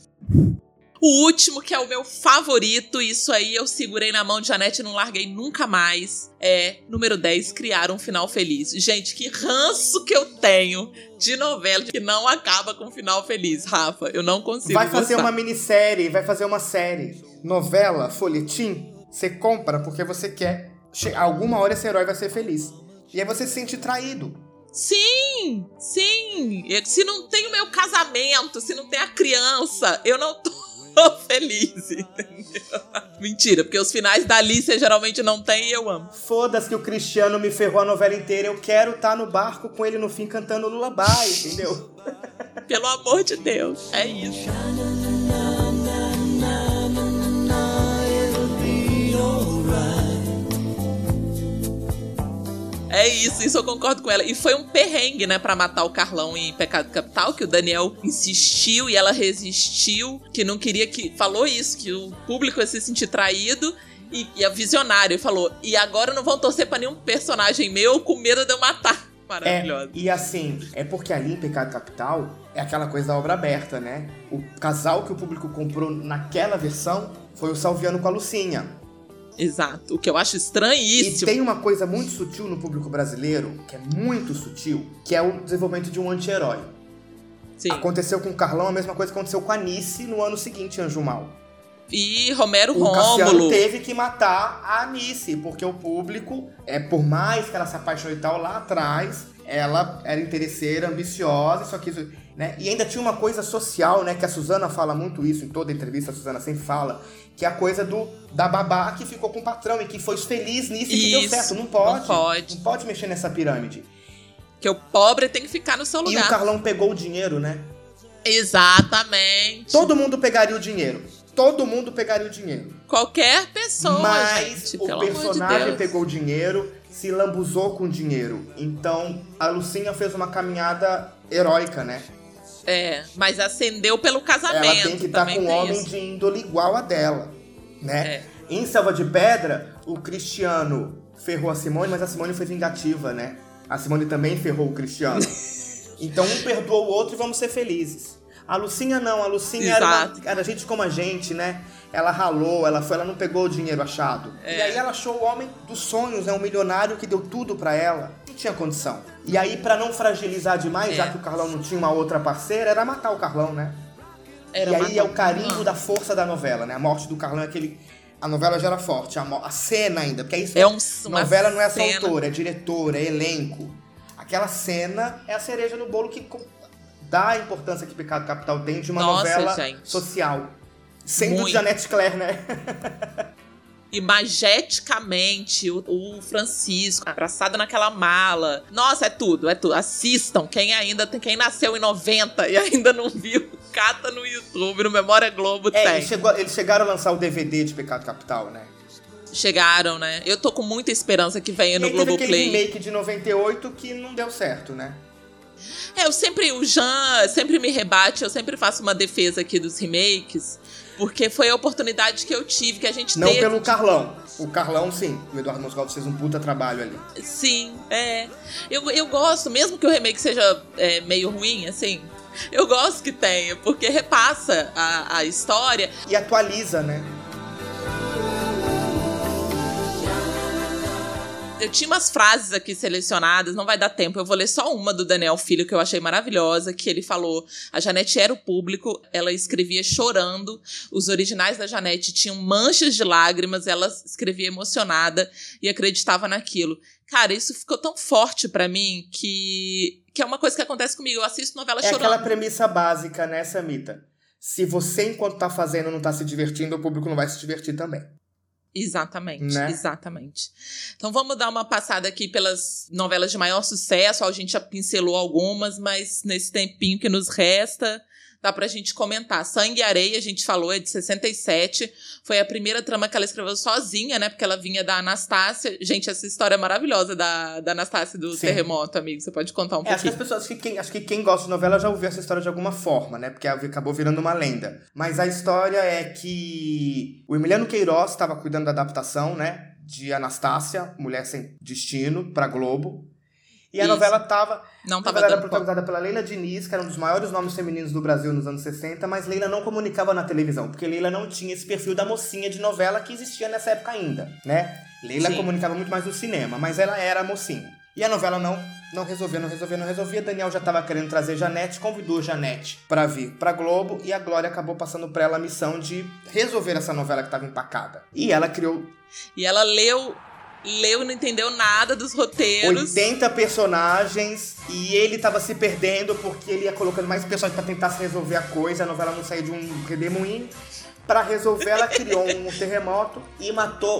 O último, que é o meu favorito, isso aí eu segurei na mão de Janete e não larguei nunca mais, número 10, criar um final feliz. Gente, que ranço que eu tenho de novela que não acaba com um final feliz, Rafa. Eu não consigo Vai fazer uma minissérie, vai fazer uma série. Novela, folhetim, você compra porque você quer. Alguma hora esse herói vai ser feliz. E aí você se sente traído. Sim, sim. Se não tem o meu casamento, se não tem a criança, eu não tô feliz, entendeu? Mentira, porque os finais da Alicia geralmente não tem e eu amo. Foda-se que o Cristiano me ferrou a novela inteira. Eu quero estar no barco com ele no fim cantando Lullaby, entendeu? Pelo amor de Deus, é isso. É isso eu concordo com ela. E foi um perrengue, né, pra matar o Carlão em Pecado Capital, que o Daniel insistiu e ela resistiu, que não queria que... Falou isso, que o público ia se sentir traído. E a visionária falou, e agora não vão torcer pra nenhum personagem meu com medo de eu matar. Maravilhosa. E assim, é porque ali em Pecado Capital é aquela coisa da obra aberta, né? O casal que o público comprou naquela versão foi o Salviano com a Lucinha. Exato, o que eu acho estranhíssimo. E tem uma coisa muito sutil no público brasileiro, que é muito sutil, que é o desenvolvimento de um anti-herói. Sim. Aconteceu com o Carlão a mesma coisa que aconteceu com a Anice no ano seguinte, Anjo Mal. E Romero O Cassiano Rômulo teve que matar a Anice, porque o público, por mais que ela se apaixonou e tal, lá atrás, ela era interesseira, ambiciosa, só que, né? E ainda tinha uma coisa social, né? Que a Suzana fala muito isso, em toda entrevista a Suzana sempre fala, que é a coisa da babá que ficou com o patrão e que foi feliz nisso e que deu certo. Não pode mexer nessa pirâmide. Que o pobre tem que ficar no seu lugar. E o Carlão pegou o dinheiro, né? Exatamente. Todo mundo pegaria o dinheiro. Qualquer pessoa, mas gente, o personagem pegou o dinheiro, se lambuzou com o dinheiro. Então, a Lucinha fez uma caminhada heróica, né? Mas ascendeu pelo casamento. Ela tem que estar com um homem de índole igual a dela, né? Em Selva de Pedra, o Cristiano ferrou a Simone, mas a Simone foi vingativa, né? A Simone também ferrou o Cristiano. Então, um perdoou o outro e vamos ser felizes. A Lucinha não, a Lucinha era gente como a gente, né? Ela ralou, ela não pegou o dinheiro achado. E aí ela achou o homem dos sonhos, né? Um milionário que deu tudo pra ela. Não tinha condição. E aí, pra não fragilizar demais, já que o Carlão não tinha uma outra parceira, era matar o Carlão, né? E aí é o carimbo da força da novela, né? A morte do Carlão é aquele... A novela já era forte, a cena ainda, porque é isso. Novela não é só autor, é diretor, é elenco. Aquela cena é a cereja no bolo que dá a importância que Pecado Capital tem de uma novela social. Sendo de Janete Claire, né? Imageticamente, o Francisco abraçado naquela mala. Nossa, é tudo. Assistam. Quem nasceu em 90 e ainda não viu, cata no YouTube, no Memória Globo tem. Eles chegaram a lançar o DVD de Pecado Capital, né? Chegaram, né? Eu tô com muita esperança que venha no Globoplay. Teve aquele remake de 98 que não deu certo, né? O Jean sempre me rebate, eu sempre faço uma defesa aqui dos remakes, porque foi a oportunidade que eu tive, que a gente teve. Não pelo Carlão. O Carlão, sim. O Eduardo Moscoso fez um puta trabalho ali. Sim, Eu gosto, mesmo que o remake seja meio ruim, assim, eu gosto que tenha, porque repassa a história. E atualiza, né? Eu tinha umas frases aqui selecionadas, não vai dar tempo, eu vou ler só uma do Daniel Filho, que eu achei maravilhosa, que ele falou: a Janete era o público, ela escrevia chorando, os originais da Janete tinham manchas de lágrimas, ela escrevia emocionada e acreditava naquilo. Cara, isso ficou tão forte pra mim que é uma coisa que acontece comigo, eu assisto novela chorando. É aquela premissa básica, né, Samita? Se você, enquanto tá fazendo, não tá se divertindo, o público não vai se divertir também. Exatamente, né? Exatamente. Então vamos dar uma passada aqui pelas novelas de maior sucesso. A gente já pincelou algumas, mas nesse tempinho que nos resta, dá pra gente comentar. Sangue e Areia, a gente falou, é de 67. Foi a primeira trama que ela escreveu sozinha, né? Porque ela vinha da Anastácia. Gente, essa história é maravilhosa da Anastácia do Terremoto, amigo. Você pode contar um pouquinho? Acho que as pessoas, acho que quem gosta de novela já ouviu essa história de alguma forma, né? Porque acabou virando uma lenda. Mas a história é que o Emiliano Queiroz estava cuidando da adaptação, né? De Anastácia, Mulher Sem Destino, pra Globo. E a novela era protagonizada pela Leila Diniz, que era um dos maiores nomes femininos do Brasil nos anos 60, mas Leila não comunicava na televisão, porque Leila não tinha esse perfil da mocinha de novela que existia nessa época ainda, né? Leila comunicava muito mais no cinema, mas ela era a mocinha. E a novela não resolvia. Daniel já estava querendo trazer Janete, convidou Janete para vir pra Globo, e a Glória acabou passando pra ela a missão de resolver essa novela que estava empacada. E ela criou... E ela leu e não entendeu nada dos roteiros. 80 personagens, e ele tava se perdendo porque ele ia colocando mais personagens pra tentar se resolver a coisa. A novela não saiu de um redemoinho. Pra resolver, ela criou um terremoto e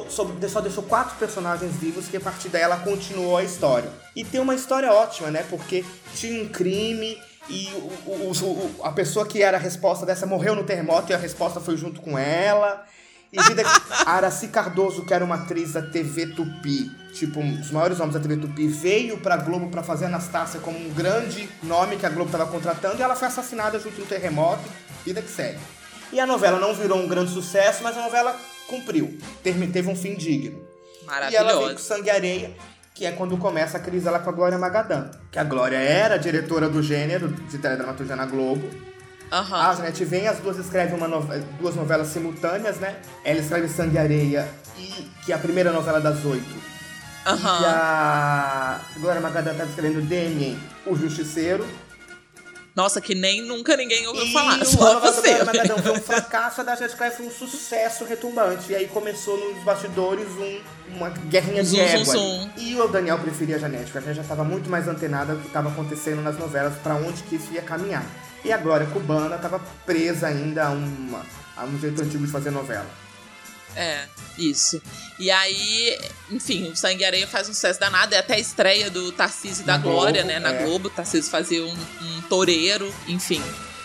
só deixou 4 personagens vivos, que a partir daí ela continuou a história. E tem uma história ótima, né? Porque tinha um crime e a pessoa que era a resposta dessa morreu no terremoto e a resposta foi junto com ela. E vida a Aracy Cardoso, que era uma atriz da TV Tupi, tipo, um dos maiores nomes da TV Tupi, veio pra Globo pra fazer Anastácia como um grande nome que a Globo tava contratando, e ela foi assassinada junto no terremoto, vida que segue. E a novela não virou um grande sucesso, mas a novela cumpriu, teve um fim digno. Maravilhoso. E ela veio com Sangue e Areia, que é quando começa a crise ela com a Glória Magadã. Que a Glória era diretora do gênero de teledramaturgia na Globo. Uhum. A Janete vem, as duas escrevem duas novelas simultâneas, né? Ela escreve Sangue e Areia, que é a primeira novela das 8. Uhum. E a Glória Magadã tá escrevendo Demian, o Justiceiro. Nossa, que nunca ninguém ouviu falar. E Só a você. Glória Magadã foi um fracasso, a da Janete foi um sucesso retumbante. E aí começou nos bastidores uma guerrinha de égua. E o Daniel preferia a Janete, porque a Janete já estava muito mais antenada do que estava acontecendo nas novelas, para onde que isso ia caminhar. E a Glória cubana estava presa ainda a um jeito antigo de fazer novela. É, isso. E aí, enfim, o Sangue e Areia faz um sucesso danado. É até a estreia do Tarcísio e da Glória, né? Na Globo. O Tarcísio fazia um toureiro, enfim.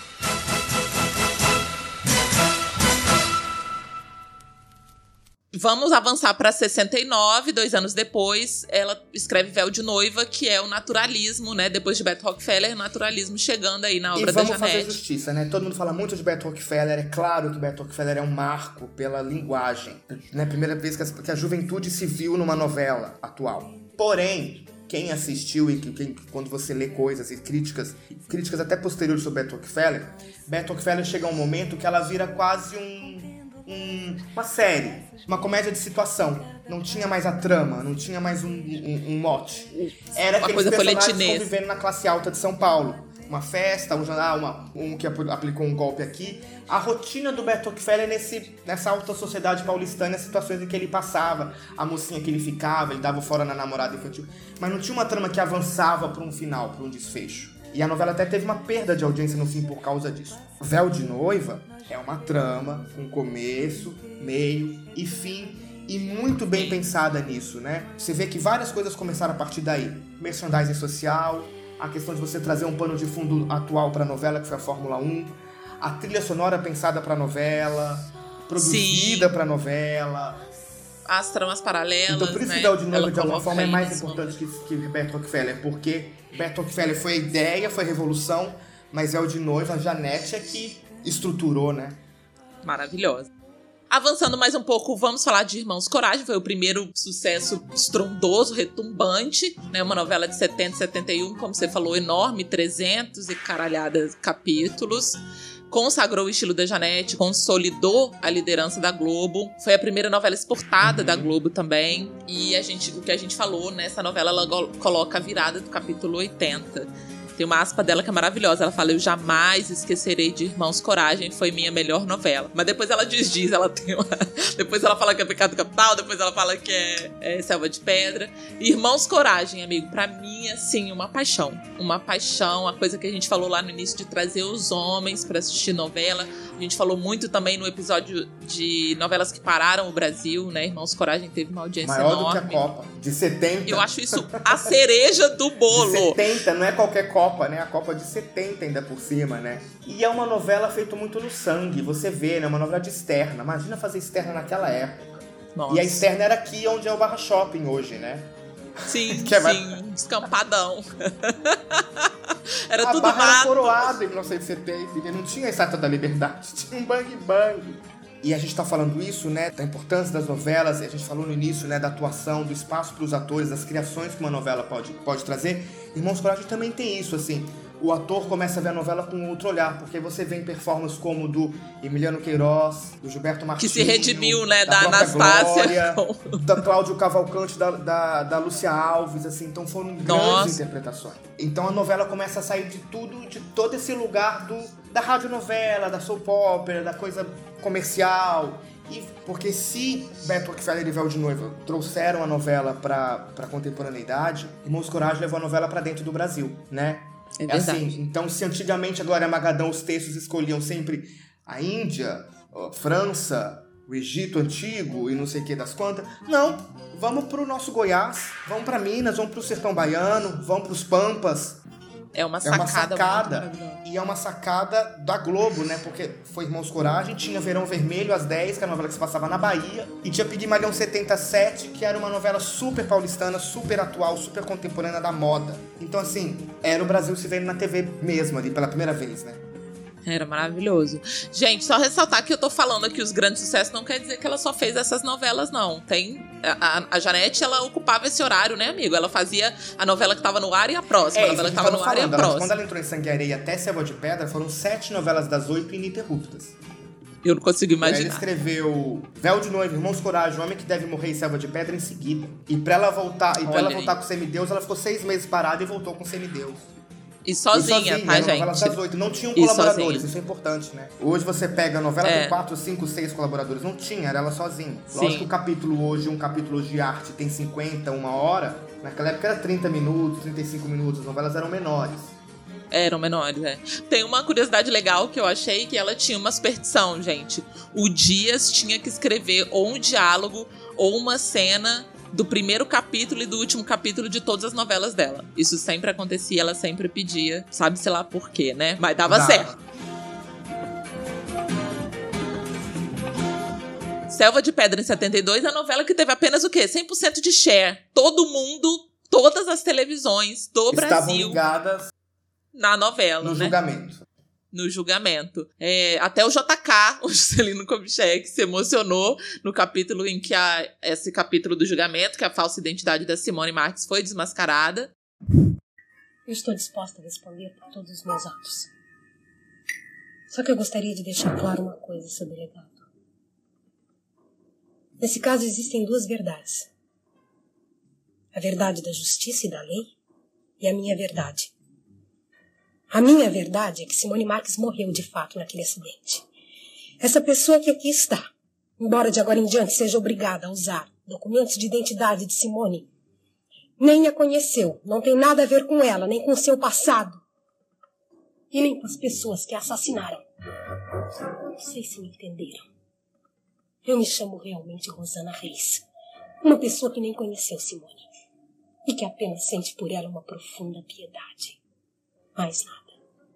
Vamos avançar para 69, 2 anos depois, ela escreve Véu de Noiva, que é o naturalismo, né? Depois de Beto Rockefeller, o naturalismo chegando aí na obra da Janete. E vamos fazer justiça, né? Todo mundo fala muito de Beto Rockefeller, é claro que Beto Rockefeller é um marco pela linguagem, né? Primeira vez que a juventude se viu numa novela atual. Porém, quem assistiu e quando você lê coisas e críticas até posteriores sobre Beto Rockefeller chega a um momento que ela vira quase uma série, uma comédia de situação. Não tinha mais a trama, não tinha mais um mote. Era aqueles personagens convivendo na classe alta de São Paulo. Uma festa, um jornal, um que aplicou um golpe aqui. A rotina do Beto Rockefeller nessa alta sociedade paulistana, as situações em que ele passava, a mocinha que ele ficava, ele dava fora na namorada infantil. Mas não tinha uma trama que avançava para um final, para um desfecho. E a novela até teve uma perda de audiência no fim por causa disso. Véu de Noiva é uma trama, um começo, meio e fim, e muito bem pensada nisso, né? Você vê que várias coisas começaram a partir daí. Merchandising social, a questão de você trazer um pano de fundo atual pra novela, que foi a Fórmula 1, a trilha sonora pensada pra novela, produzida pra novela. As tramas paralelas, então, por isso, né? Véu de Noiva, de alguma forma, é mais importante que Beto Rockefeller, porque Beto Rockefeller foi a ideia, foi a revolução, mas Véu de Noiva, a Janete é que estruturou, né? Maravilhosa. Avançando mais um pouco, vamos falar de Irmãos Coragem. Foi o primeiro sucesso estrondoso, retumbante, né? Uma novela de 70 e 71, como você falou, enorme, 300 e caralhadas capítulos. Consagrou o estilo da Janete, consolidou a liderança da Globo. Foi a primeira novela exportada da Globo também. E o que a gente falou nessa novela, ela coloca a virada do capítulo 80. Tem uma aspa dela que é maravilhosa. Ela fala: eu jamais esquecerei de Irmãos Coragem, foi minha melhor novela. Mas depois ela desdiz, ela tem uma... Depois ela fala que é Pecado Capital, depois ela fala que é Selva de Pedra. Irmãos Coragem, amigo, pra mim, assim, uma paixão. Uma paixão, a coisa que a gente falou lá no início de trazer os homens pra assistir novela. A gente falou muito também no episódio de novelas que pararam o Brasil, né? Irmãos Coragem teve uma audiência maior enorme. Maior do que a Copa, de 70. Eu acho isso a cereja do bolo. De 70, não é qualquer Copa, né? A Copa de 70 ainda por cima, né? E é uma novela feita muito no sangue, você vê, né? Uma novela de externa. Imagina fazer externa naquela época. Nossa. E a externa era aqui onde é o Barra Shopping hoje, né? Sim, sim, descampadão. Era a tudo Barra mato. Era coroada em 1970, não tinha a Estátua da Liberdade, tinha um bang bang. E a gente tá falando isso, né, da importância das novelas, e a gente falou no início, né, da atuação, do espaço para os atores, das criações que uma novela pode trazer. Irmãos Coragem também tem isso, assim. O ator começa a ver a novela com outro olhar, porque você vê em performances como do Emiliano Queiroz, do Gilberto Martins, que se redimiu, né, da Anastácia, Glória, da Cláudio Cavalcante, da Lúcia Alves, assim, então foram grandes interpretações. Então a novela começa a sair de tudo, de todo esse lugar da radionovela, da soap opera, da coisa comercial. Porque se Beto Rockefeller e Véu de Noiva trouxeram a novela pra contemporaneidade, Irmãos Coragem levou a novela pra dentro do Brasil, né? É verdade. Assim, então se antigamente a Glória Magadã os textos escolhiam sempre a Índia, a França, o Egito Antigo e não sei o que das quantas, não, vamos pro nosso Goiás, vamos pra Minas, vamos pro Sertão Baiano, vamos pros Pampas, É uma sacada muito maravilhosa. E é uma sacada da Globo, né? Porque foi Irmãos Coragem, tinha Verão Vermelho às 10, que era uma novela que se passava na Bahia, e tinha Pigmalião 77, que era uma novela super paulistana, super atual, super contemporânea da moda. Então, assim, era o Brasil se vendo na TV mesmo ali, pela primeira vez, né? Era maravilhoso. Gente, só ressaltar que eu tô falando aqui os grandes sucessos, não quer dizer que ela só fez essas novelas, não. Tem... A Janete, ela ocupava esse horário, né, amigo? Ela fazia a novela que tava no ar e a próxima. A novela que tava no ar e a próxima. Quando ela entrou em Sangue e Areia até Selva de Pedra, foram 7 novelas das 8 ininterruptas. Eu não consigo imaginar. Ela escreveu Véu de Noiva, Irmãos Coragem, O Homem que Deve Morrer e Selva de Pedra em seguida. E pra ela voltar com Semideus, ela ficou 6 meses parada e voltou com Semideus. E sozinha, tá, gente? Novelas das 8. Não tinham colaboradores, isso é importante, né? Hoje você pega a novela com 4, 5, 6 colaboradores. Não tinha, era ela sozinha. Sim. Lógico que um capítulo hoje de arte tem 50, 1 hora. Naquela época era 30 minutos, 35 minutos. As novelas eram menores. Eram menores, é. Tem uma curiosidade legal que eu achei, que ela tinha uma superstição, gente. O Dias tinha que escrever ou um diálogo ou uma cena do primeiro capítulo e do último capítulo de todas as novelas dela. Isso sempre acontecia, ela sempre pedia. Sabe-se lá por quê, né? Mas dava certo. Selva de Pedra em 72 é a novela que teve apenas o quê? 100% de share. Todo mundo, todas as televisões do Brasil estavam ligadas na novela, no julgamento. No julgamento. Até o JK, o Juscelino Kubitschek, se emocionou no capítulo em que esse capítulo do julgamento, que a falsa identidade da Simone Marques foi desmascarada. Eu estou disposta a responder por todos os meus atos. Só que eu gostaria de deixar claro uma coisa, seu delegado. Nesse caso existem 2 verdades. A verdade da justiça e da lei e a minha verdade. A minha verdade é que Simone Marques morreu de fato naquele acidente. Essa pessoa que aqui está, embora de agora em diante seja obrigada a usar documentos de identidade de Simone, nem a conheceu, não tem nada a ver com ela, nem com o seu passado. E nem com as pessoas que a assassinaram. Não sei se me entenderam. Eu me chamo realmente Rosana Reis. Uma pessoa que nem conheceu Simone. E que apenas sente por ela uma profunda piedade. Mais nada.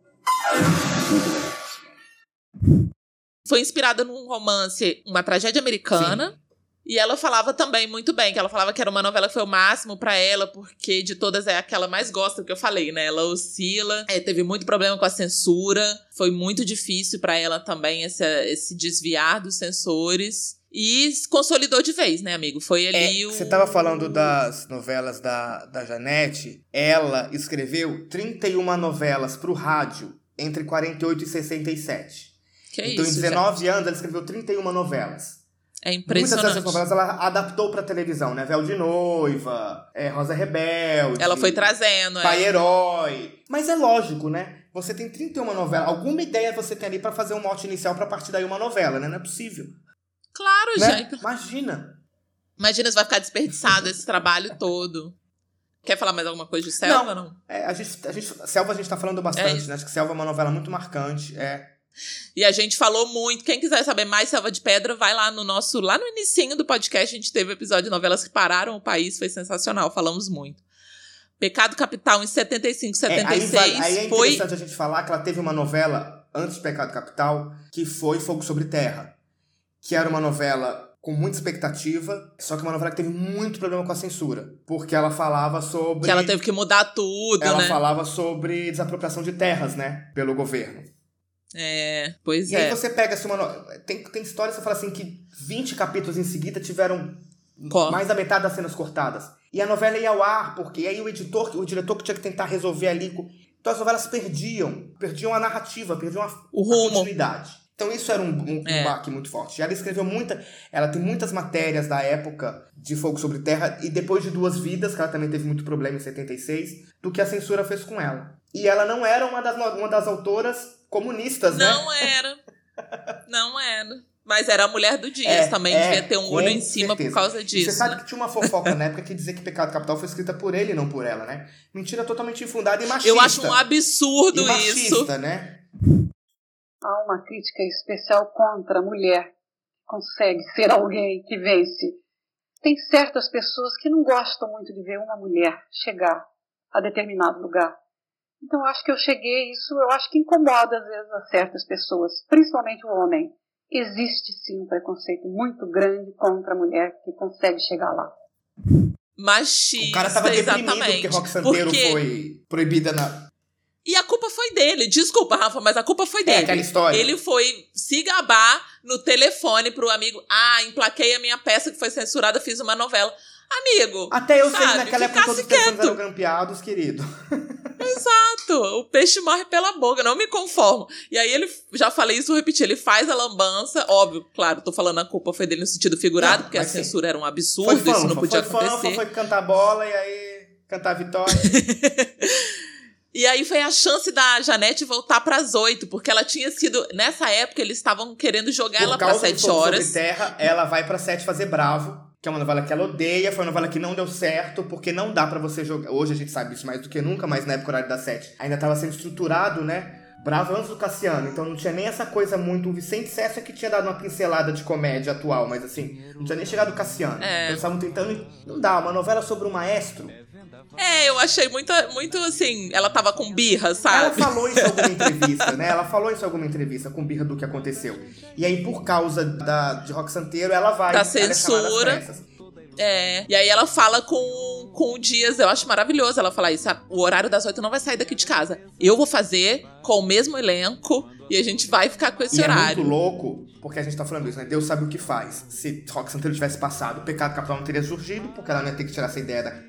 Foi inspirada num romance, Uma Tragédia Americana. Sim. E ela falava também muito bem, que ela falava que era uma novela que foi o máximo pra ela, porque de todas é a que ela mais gosta, que eu falei, né? Ela oscila, teve muito problema com a censura, foi muito difícil pra ela também esse desviar dos censores. E se consolidou de vez, né, amigo? Foi ali Você tava falando das novelas da Janete. Ela escreveu 31 novelas pro rádio entre 48 e 67. Então, em 19 anos, ela escreveu 31 novelas. É impressionante. Muitas dessas novelas ela adaptou pra televisão, né? Véu de Noiva, Rosa Rebelde. Ela foi trazendo, Pai Herói. Mas é lógico, né? Você tem 31 novelas. Alguma ideia você tem ali pra fazer um mote inicial pra partir daí uma novela, né? Não é possível. Claro, né? gente. Imagina, você vai ficar desperdiçado esse trabalho todo. Quer falar mais alguma coisa de Selva, não? Selva a gente tá falando bastante, né? Acho que Selva é uma novela muito marcante, E a gente falou muito. Quem quiser saber mais Selva de Pedra, vai lá no inicinho do podcast, a gente teve o episódio de novelas que pararam o país, foi sensacional, falamos muito. Pecado Capital em 75, 76. Aí é interessante a gente falar que ela teve uma novela antes de Pecado Capital, que foi Fogo sobre Terra, que era uma novela com muita expectativa, só que uma novela que teve muito problema com a censura, porque ela falava sobre... Que ela teve que mudar tudo, Ela falava sobre desapropriação de terras, né, pelo governo. Pois e aí você pega assim, tem histórias que você fala assim, que 20 capítulos em seguida tiveram mais da metade das cenas cortadas. E a novela ia ao ar, porque aí o diretor que tinha que tentar resolver ali... Então as novelas perdiam a narrativa, perdiam a continuidade. Então isso era um baque muito forte. Ela tem muitas matérias da época de Fogo sobre Terra, e depois de Duas Vidas, que ela também teve muito problema em 76, do que a censura fez com ela. E ela não era uma das autoras comunistas, né? Não era. Mas era a mulher do Dias, também devia ter um olho em cima por causa disso. Você sabe que tinha uma fofoca na época que dizia que Pecado Capital foi escrita por ele e não por ela, né? Mentira totalmente infundada e machista. Eu acho um absurdo isso. Machista, né? Há uma crítica especial contra a mulher que consegue ser alguém que vence. Tem certas pessoas que não gostam muito de ver uma mulher chegar a determinado lugar. Então, eu acho que eu acho que incomoda às vezes a certas pessoas, principalmente o homem. Existe sim um preconceito muito grande contra a mulher que consegue chegar lá. Machista, o cara tava deprimido exatamente. porque Rock Santeiro foi proibida na... E a culpa foi dele. Desculpa, Rafa, mas a culpa foi dele. Aquela história. Ele foi se gabar no telefone pro amigo. Emplaquei a minha peça que foi censurada, fiz uma novela. Amigo, até eu sei que naquela época ficasse todos os telefones quieto. eram grampeados, querido. Exato. O peixe morre pela boca, não me conformo. E aí ele, já falei isso, vou repetir, ele faz a lambança, óbvio, claro, tô falando a culpa foi dele no sentido figurado, porque a censura era um absurdo, isso não podia acontecer. Foi cantar bola e aí cantar a vitória. E aí foi a chance da Janete voltar pras 8, porque ela tinha sido... Nessa época, eles estavam querendo jogar ela pra 7 horas. Sobre Terra, ela vai pra 7 fazer Bravo, que é uma novela que ela odeia, foi uma novela que não deu certo, porque não dá pra você jogar... Hoje a gente sabe isso mais do que nunca, mas na época horário das 7 ainda tava sendo estruturado, né? Bravo antes do Cassiano, então não tinha nem essa coisa muito... O Vicente Sessa que tinha dado uma pincelada de comédia atual, mas assim, não tinha nem chegado o Cassiano. Então eles estavam tentando... Não dá, uma novela sobre um maestro... Eu achei muito assim, ela tava com birra, sabe? Ela falou isso em alguma entrevista, né? Ela falou isso em alguma entrevista, com birra do que aconteceu. E aí, por causa de Rock Santeiro, ela vai... Da censura. E aí ela fala com o Dias, eu acho maravilhoso ela falar isso. O horário das 8 não vai sair daqui de casa. Eu vou fazer com o mesmo elenco e a gente vai ficar com esse horário. É muito louco, porque a gente tá falando isso, né? Deus sabe o que faz. Se Rock Santeiro tivesse passado, o Pecado Capital não teria surgido, porque ela não ia ter que tirar essa ideia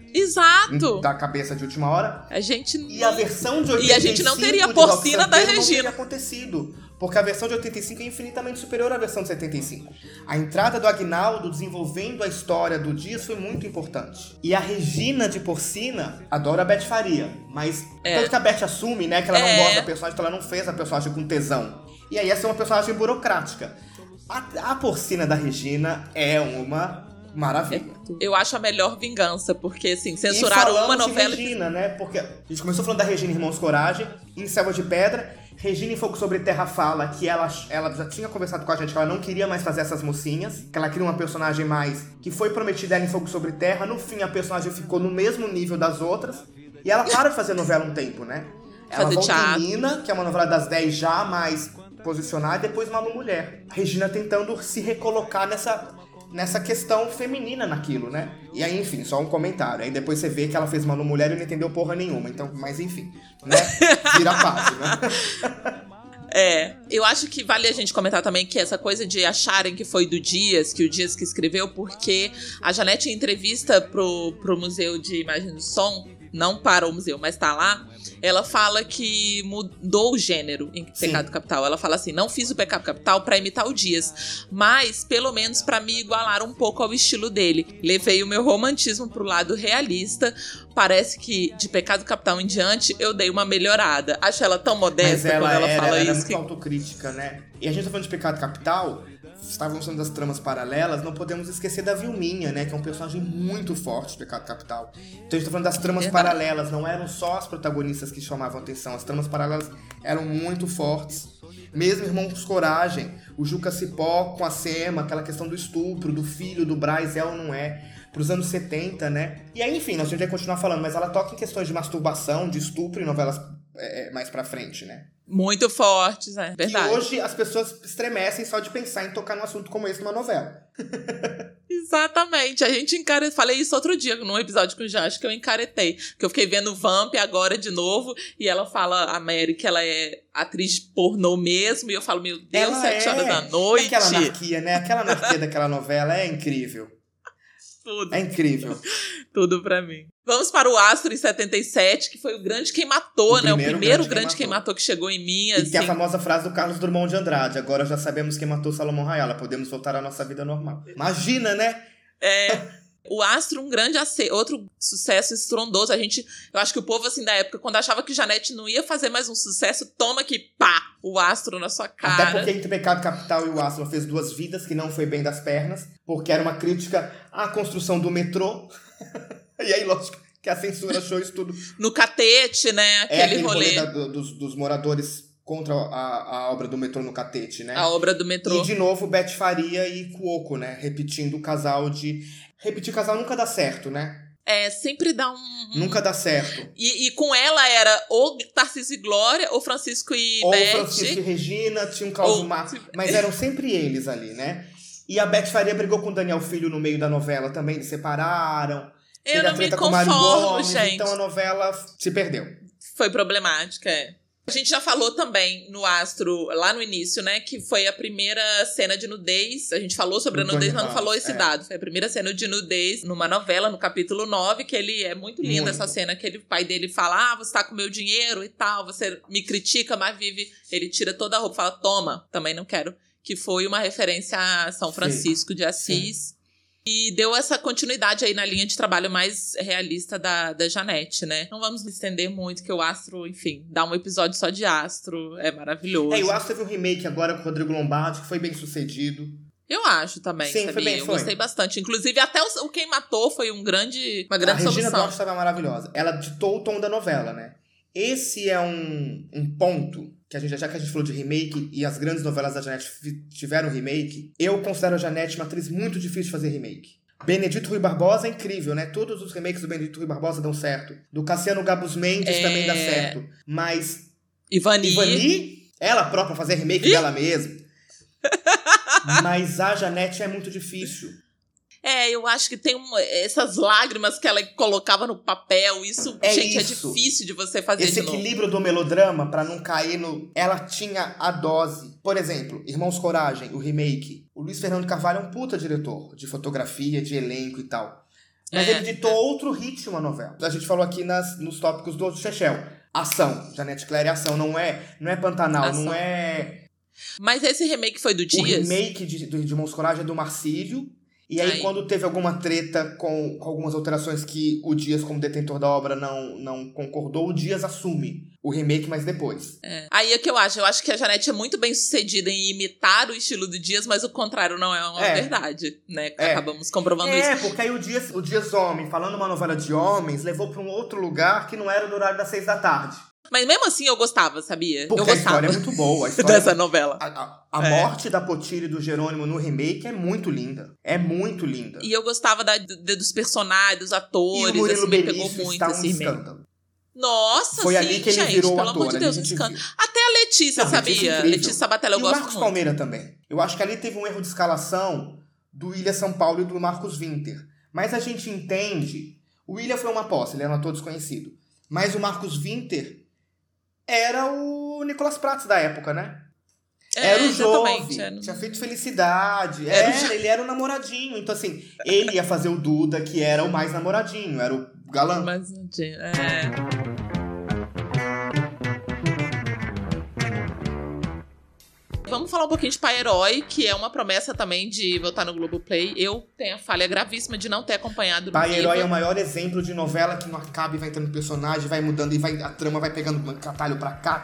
da cabeça de última hora. A gente E a versão de 85 e a gente não teria a porcina da Regina. Não teria acontecido, porque a versão de 85 é infinitamente superior à versão de 75. A entrada do Aguinaldo desenvolvendo a história do Dias foi muito importante. E a Regina de Porcina adora a Beth Faria, mas tanto que a Beth assume, né, que ela não gosta da personagem, então ela não fez a personagem com tesão. E aí essa é uma personagem burocrática. A Porcina da Regina é uma maravilha. Eu acho a melhor vingança, porque assim, censuraram uma novela... Regina, né, porque a gente começou falando da Regina Irmãos Coragem, em Selva de Pedra. Regina em Fogo sobre Terra fala que ela já tinha conversado com a gente que ela não queria mais fazer essas mocinhas, que ela queria uma personagem mais que foi prometida ela em Fogo sobre Terra. No fim, a personagem ficou no mesmo nível das outras. E ela para de fazer novela um tempo, né? Ela volta em Nina, que é uma novela das 10 já mais posicionada, e depois Malu Mulher. A Regina tentando se recolocar nessa questão feminina naquilo, né? E aí, enfim, só um comentário. Aí depois você vê que ela fez Malu Mulher e não entendeu porra nenhuma. Então, mas enfim, né? Vira a página. Eu acho que vale a gente comentar também que essa coisa de acharem que foi do Dias, que o Dias que escreveu, porque a Janete, em entrevista pro Museu de Imagem do Som, não para o museu, mas tá lá, ela fala que mudou o gênero em Pecado Capital. Ela fala assim, não fiz o Pecado Capital pra imitar o Dias, mas pelo menos pra me igualar um pouco ao estilo dele. Levei o meu romantismo pro lado realista. Parece que de Pecado Capital em diante eu dei uma melhorada. Acho ela tão modesta quando ela fala isso. Ela é muito autocrítica, né? E a gente tá falando de Pecado Capital, estávamos falando das tramas paralelas, não podemos esquecer da Vilminha, né? Que é um personagem muito forte de Pecado Capital. Então a gente tá falando das tramas paralelas, não eram só as protagonistas que chamavam atenção, as tramas paralelas eram muito fortes. Mesmo Irmãos Coragem, o Juca Cipó com a Sema, aquela questão do estupro, do filho, do Braz, é ou não é, pros anos 70, né? E aí, enfim, a gente vai continuar falando, mas ela toca em questões de masturbação, de estupro em novelas mais pra frente, né? Muito fortes, verdade. E hoje as pessoas estremecem só de pensar em tocar num assunto como esse numa novela. Exatamente. A gente falei isso outro dia, num episódio com o Josh, que eu encaretei. Que eu fiquei vendo Vamp agora de novo, e ela fala, a Mary, que ela é atriz pornô mesmo, e eu falo, meu Deus, 7 horas da noite. Aquela anarquia, né? Aquela anarquia daquela novela é incrível. Tudo. É incrível. Tudo pra mim. Vamos para o Astro em 77, que foi o grande quem matou, né? O primeiro grande quem matou que chegou em mim. E que é a famosa frase do Carlos Drummond de Andrade. Agora já sabemos quem matou Salomão Rayala. Podemos voltar à nossa vida normal. Imagina, né? O Astro, um grande outro sucesso estrondoso. Eu acho que o povo, assim, da época, quando achava que Janete não ia fazer mais um sucesso, toma que pá, o Astro na sua cara. Até porque entre Pecado Capital e o Astro fez Duas Vidas, que não foi bem das pernas, porque era uma crítica à construção do metrô. E aí, lógico, que a censura achou isso tudo. No Catete, né? Aquele rolê dos moradores contra a obra do metrô no Catete, né? A obra do metrô. E, de novo, Beth Faria e Cuoco, né? Repetindo o casal de... Repetir casal nunca dá certo, né? Sempre dá Nunca dá certo. E com ela era ou Tarcísio e Glória, ou Francisco e ou Beth. Ou Francisco e Regina, tinha um Cláudio Marcos. Mas eram sempre eles ali, né? E a Beth Faria brigou com o Daniel Filho no meio da novela também, eles separaram. Eu não me conformo, gente. Então a novela se perdeu. Foi problemática, A gente já falou também no Astro, lá no início, né, que foi a primeira cena de nudez. A gente falou sobre a nudez, mas não falou esse dado. Foi a primeira cena de nudez numa novela, no capítulo 9, que ele é muito linda essa cena, que o pai dele fala, você tá com meu dinheiro e tal, você me critica, mas vive. Ele tira toda a roupa e fala, toma, também não quero. Que foi uma referência a São Francisco de Assis. Sim. E deu essa continuidade aí na linha de trabalho mais realista da Janete, né? Não vamos nos estender muito, que o Astro, enfim, dá um episódio só de Astro, é maravilhoso. E o Astro teve um remake agora com o Rodrigo Lombardi, que foi bem sucedido. Eu acho também, sim, sabia? Foi bem, eu gostei bastante. Inclusive, até o Quem Matou foi uma grande solução. A Regina Duarte estava maravilhosa. Ela ditou o tom da novela, né? Esse é um ponto que já que a gente falou de remake e as grandes novelas da Janete tiveram remake, eu considero a Janete uma atriz muito difícil de fazer remake. Benedito Rui Barbosa é incrível, né? Todos os remakes do Benedito Rui Barbosa dão certo. Do Cassiano Gabus Mendes também dá certo. Mas Ivani, ela própria fazer remake dela mesma. Mas a Janete é muito difícil. Eu acho que tem essas lágrimas que ela colocava no papel. Isso, gente, é difícil de você fazer esse de novo. Esse equilíbrio do melodrama, pra não cair no... Ela tinha a dose. Por exemplo, Irmãos Coragem, o remake. O Luiz Fernando Carvalho é um puta diretor de fotografia, de elenco e tal. Mas ele ditou outro ritmo à novela. A gente falou aqui nos tópicos do Chechel. Ação. Janete Claire é ação. Não é Pantanal, ação. Não é... Mas esse remake foi do Dias? O remake de Irmãos Coragem é do Marcílio. E aí, quando teve alguma treta com algumas alterações que o Dias, como detentor da obra, não concordou, o Dias assume o remake, mas depois. Aí é que eu acho que a Janete é muito bem sucedida em imitar o estilo do Dias, mas o contrário não é uma verdade, né? Acabamos comprovando isso. Porque aí o Dias homem, falando uma novela de homens, levou pra um outro lugar que não era do horário das 6 da tarde. Mas mesmo assim eu gostava, sabia? Porque eu gostava. A história é muito boa. Dessa novela. A morte da Potira e do Jerônimo no remake é muito linda. É muito linda. E eu gostava dos personagens, dos atores. E o Murilo me pegou muito esse escândalo. Nossa, foi ali que ele virou pelo ator. Amor de Deus, até a Letícia, sabia? Letícia Sabatella, eu gosto muito. E o Marcos Palmeira também. Eu acho que ali teve um erro de escalação do William São Paulo e do Marcos Winter. Mas a gente entende... O William foi uma aposta, ele era um ator desconhecido. Mas o Marcos Winter... era o Nicolas Prats da época, né? Era o jovem, tinha feito Felicidade. Ele era o namoradinho. Então, assim, ele ia fazer o Duda, que era o mais namoradinho, era o galã. Vamos falar um pouquinho de Pai Herói, que é uma promessa também de voltar no Globoplay. Eu tenho a falha gravíssima de não ter acompanhado. Pai Herói é o maior exemplo de novela que não acaba e vai entrando personagem, vai mudando e a trama vai pegando catalho pra cá.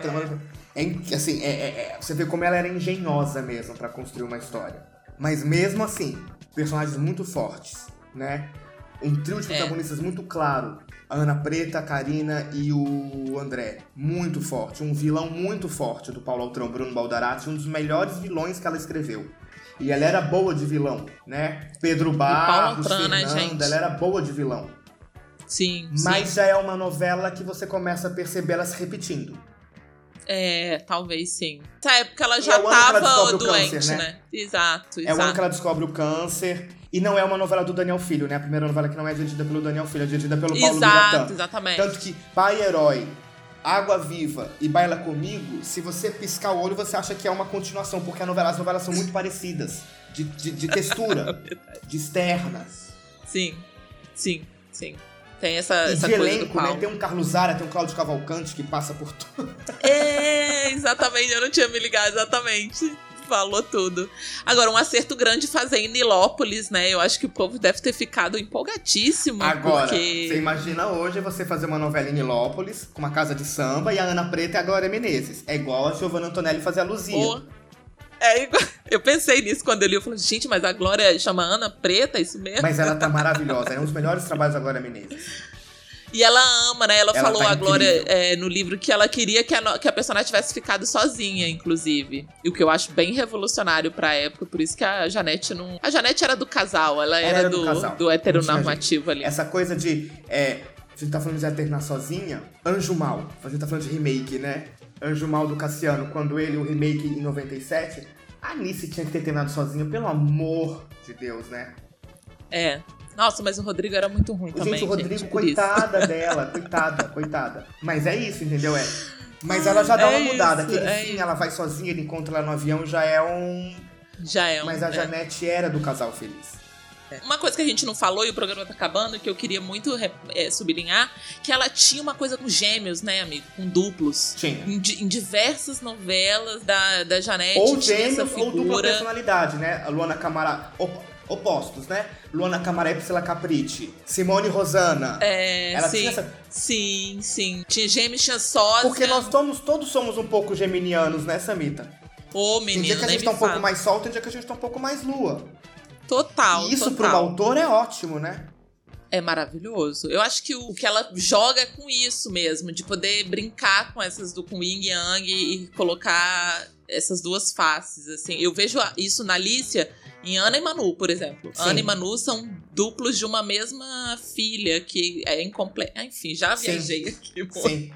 Você vê como ela era engenhosa mesmo pra construir uma história. Mas mesmo assim, personagens muito fortes, né? Um trio de protagonistas muito claro. A Ana Preta, a Karina e o André. Muito forte. Um vilão muito forte do Paulo Altrão, Bruno Baldarati. Um dos melhores vilões que ela escreveu. E ela era boa de vilão, né? Pedro Barros, Fernanda, né, gente? Ela era boa de vilão. Sim, Mas já é uma novela que você começa a perceber ela se repetindo. Talvez sim. Nessa época ela já tava doente, câncer, né? Exato. É o ano que ela descobre o câncer. E não é uma novela do Daniel Filho, né? A primeira novela que não é dirigida pelo Daniel Filho, é dirigida pelo Paulo Biratã. Exatamente. Tanto que Pai Herói, Água Viva e Baila Comigo, se você piscar o olho, você acha que é uma continuação, porque as novelas são muito parecidas. De textura, de externas. Sim. Tem essa de coisa elenco, do Paulo. Né? Tem um Carlos Zara, tem um Cláudio Cavalcante que passa por tudo. Exatamente, eu não tinha me ligado, exatamente. Falou tudo. Agora, um acerto grande fazer em Nilópolis, né? Eu acho que o povo deve ter ficado empolgadíssimo. Agora, porque... você imagina hoje você fazer uma novela em Nilópolis, com uma casa de samba, e a Ana Preta e a Glória Menezes. É igual a Giovanna Antonelli fazer a Luzia. Eu pensei nisso quando eu li. Eu falei, gente, mas a Glória chama Ana Preta, isso mesmo? Mas ela tá maravilhosa. É um dos melhores trabalhos da Glória Menezes. E ela ama, né? Ela falou, tá a Glória, no livro, que ela queria que a personagem tivesse ficado sozinha, inclusive. E o que eu acho bem revolucionário pra época, por isso que a Janete não... A Janete era do casal, ela era do heteronormativo ali. Essa coisa de... a gente tá falando de alternar sozinha, Anjo Mal. A gente tá falando de remake, né? Anjo Mal do Cassiano, quando ele, o remake em 97, a Anice tinha que ter terminado sozinha, pelo amor de Deus, né? Nossa, mas o Rodrigo era muito ruim também. Gente, o Rodrigo, coitada dela, coitada. Mas é isso, entendeu? Mas ela já dá uma mudada. Aquele fim, ela vai sozinha, ele encontra ela no avião, já é um... Mas a Janete era do casal feliz. Uma coisa que a gente não falou e o programa tá acabando, que eu queria muito sublinhar, que ela tinha uma coisa com gêmeos, né, amigo? Com duplos. Tinha. Em diversas novelas da Janete. Ou gêmeos ou dupla personalidade, né? A Luana Camará... Opostos, né? Luana Camará e Priscila Capricci. Simone e Rosana. Ela tinha essa... Sim. Tinha gêmeos, tinha sósia. Porque nós todos somos um pouco geminianos, né, Samita? Menino, tem dia que a gente tá um pouco mais sol, tem dia que a gente tá um pouco mais lua. Total. E isso pro autor é ótimo, né? É maravilhoso. Eu acho que o que ela joga é com isso mesmo, de poder brincar com essas com Yin e Yang e colocar essas duas faces, assim. Eu vejo isso na Alicia em Ana e Manu, por exemplo. Sim. Ana e Manu são duplos de uma mesma filha que é incompleta. Enfim, já viajei aqui. Sim.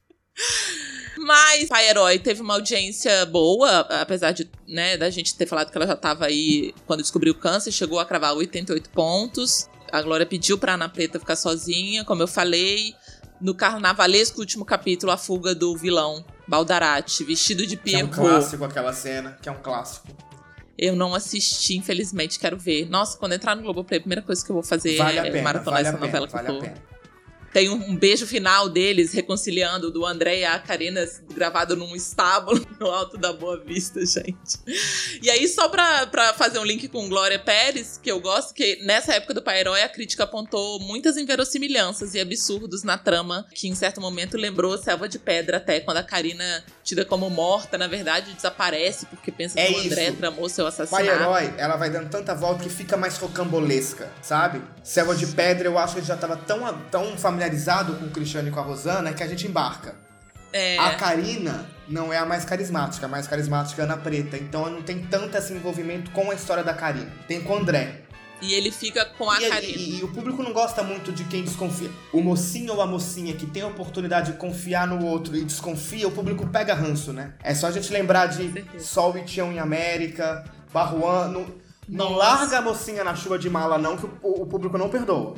Mas Pai Herói teve uma audiência boa, apesar de, né, da gente ter falado que ela já tava aí quando descobriu o câncer, chegou a cravar 88 pontos. A Glória pediu pra Ana Preta ficar sozinha, como eu falei. No carnavalesco último capítulo, a fuga do vilão Baldarati, vestido de Pierrot. Que é um clássico aquela cena, que é um clássico. Eu não assisti, infelizmente, quero ver. Nossa, quando entrar no Globoplay, a primeira coisa que eu vou fazer maratonar essa novela que eu tô... Tem um beijo final deles, reconciliando, do André e a Karina, gravado num estábulo no Alto da Boa Vista, gente. E aí, só pra fazer um link com Glória Pérez, que eu gosto, que nessa época do Pai Herói, a crítica apontou muitas inverossimilhanças e absurdos na trama, que em certo momento lembrou Selva de Pedra, até quando a Karina, tida como morta, na verdade, desaparece, porque pensa que o André tramou seu assassinato. Pai Herói, ela vai dando tanta volta que fica mais rocambolesca, sabe? Selva de Pedra, eu acho que já tava tão familiarizado com o Cristiano e com a Rosana que a gente embarca. A Karina não é a mais carismática é a Ana Preta, então não tem tanto esse envolvimento com a história da Karina. Tem com o André. E ele fica com a Karina. E o público não gosta muito de quem desconfia. O mocinho ou a mocinha que tem a oportunidade de confiar no outro e desconfia, o público pega ranço, né? É só a gente lembrar de Sol e Tião em América, Barruan. Não larga a mocinha na chuva de mala, não, que o público não perdoa.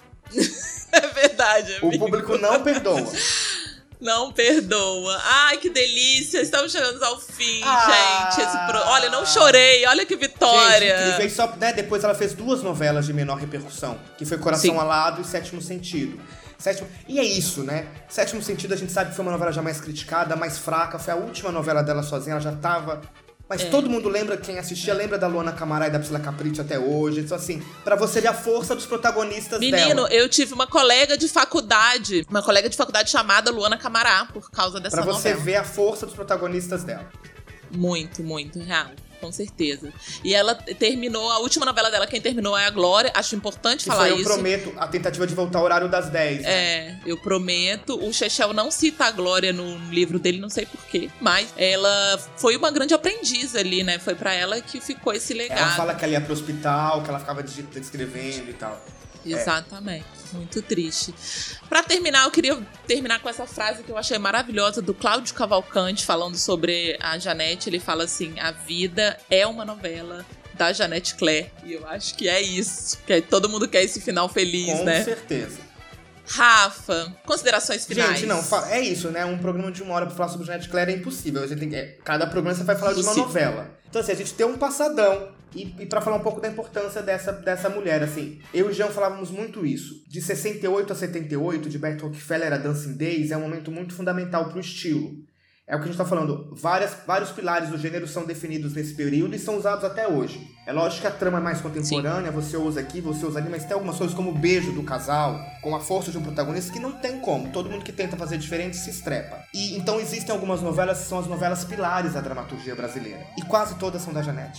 É verdade, amigo. O público não perdoa. Não perdoa. Ai, que delícia. Estamos chegando ao fim, gente. Olha, não chorei. Olha que vitória. Gente, incrível. Só, né, depois ela fez 2 novelas de menor repercussão, que foi Coração Alado e Sétimo Sentido. E é isso, né? Sétimo Sentido a gente sabe que foi uma novela já mais criticada, mais fraca. Foi a última novela dela sozinha, ela já tava... Mas todo mundo lembra, quem assistia lembra da Luana Camará e da Priscila Capricci até hoje. Então, assim, pra você ver a força dos protagonistas dela. Menino, eu tive uma colega de faculdade chamada Luana Camará, por causa dessa novela. Pra você ver a força dos protagonistas dela. Muito, muito real. Com certeza. E ela terminou, a última novela dela, quem terminou é a Glória. Acho importante falar isso. Eu Prometo, a tentativa de voltar ao horário das 10. Né? Eu Prometo. O Chechel não cita a Glória no livro dele, não sei porquê. Mas ela foi uma grande aprendiz ali, né? Foi pra ela que ficou esse legado. Ela fala que ela ia pro hospital, que ela ficava escrevendo e tal. Exatamente. Muito triste. Pra terminar, eu queria terminar com essa frase que eu achei maravilhosa do Cláudio Cavalcante, falando sobre a Janete. Ele fala assim: a vida é uma novela da Janete Claire. E eu acho que é isso. Que todo mundo quer esse final feliz, né? Com certeza. Rafa, considerações finais. Gente, não, é isso, né? Um programa de 1 hora pra falar sobre Janete Claire é impossível. Cada programa você vai falar de uma novela. Então, assim, a gente tem um passadão. E pra falar um pouco da importância dessa mulher, assim, eu e o Jean falávamos muito isso. De 68 a 78, de Bert Rockefeller a Dancing Days, é um momento muito fundamental pro estilo. É o que a gente tá falando, vários pilares do gênero são definidos nesse período e são usados até hoje. É lógico que a trama é mais contemporânea, você usa aqui, você usa ali, mas tem algumas coisas como o beijo do casal, com a força de um protagonista, que não tem como. Todo mundo que tenta fazer diferente se estrepa. E então existem algumas novelas que são as novelas pilares da dramaturgia brasileira. E quase todas são da Janete.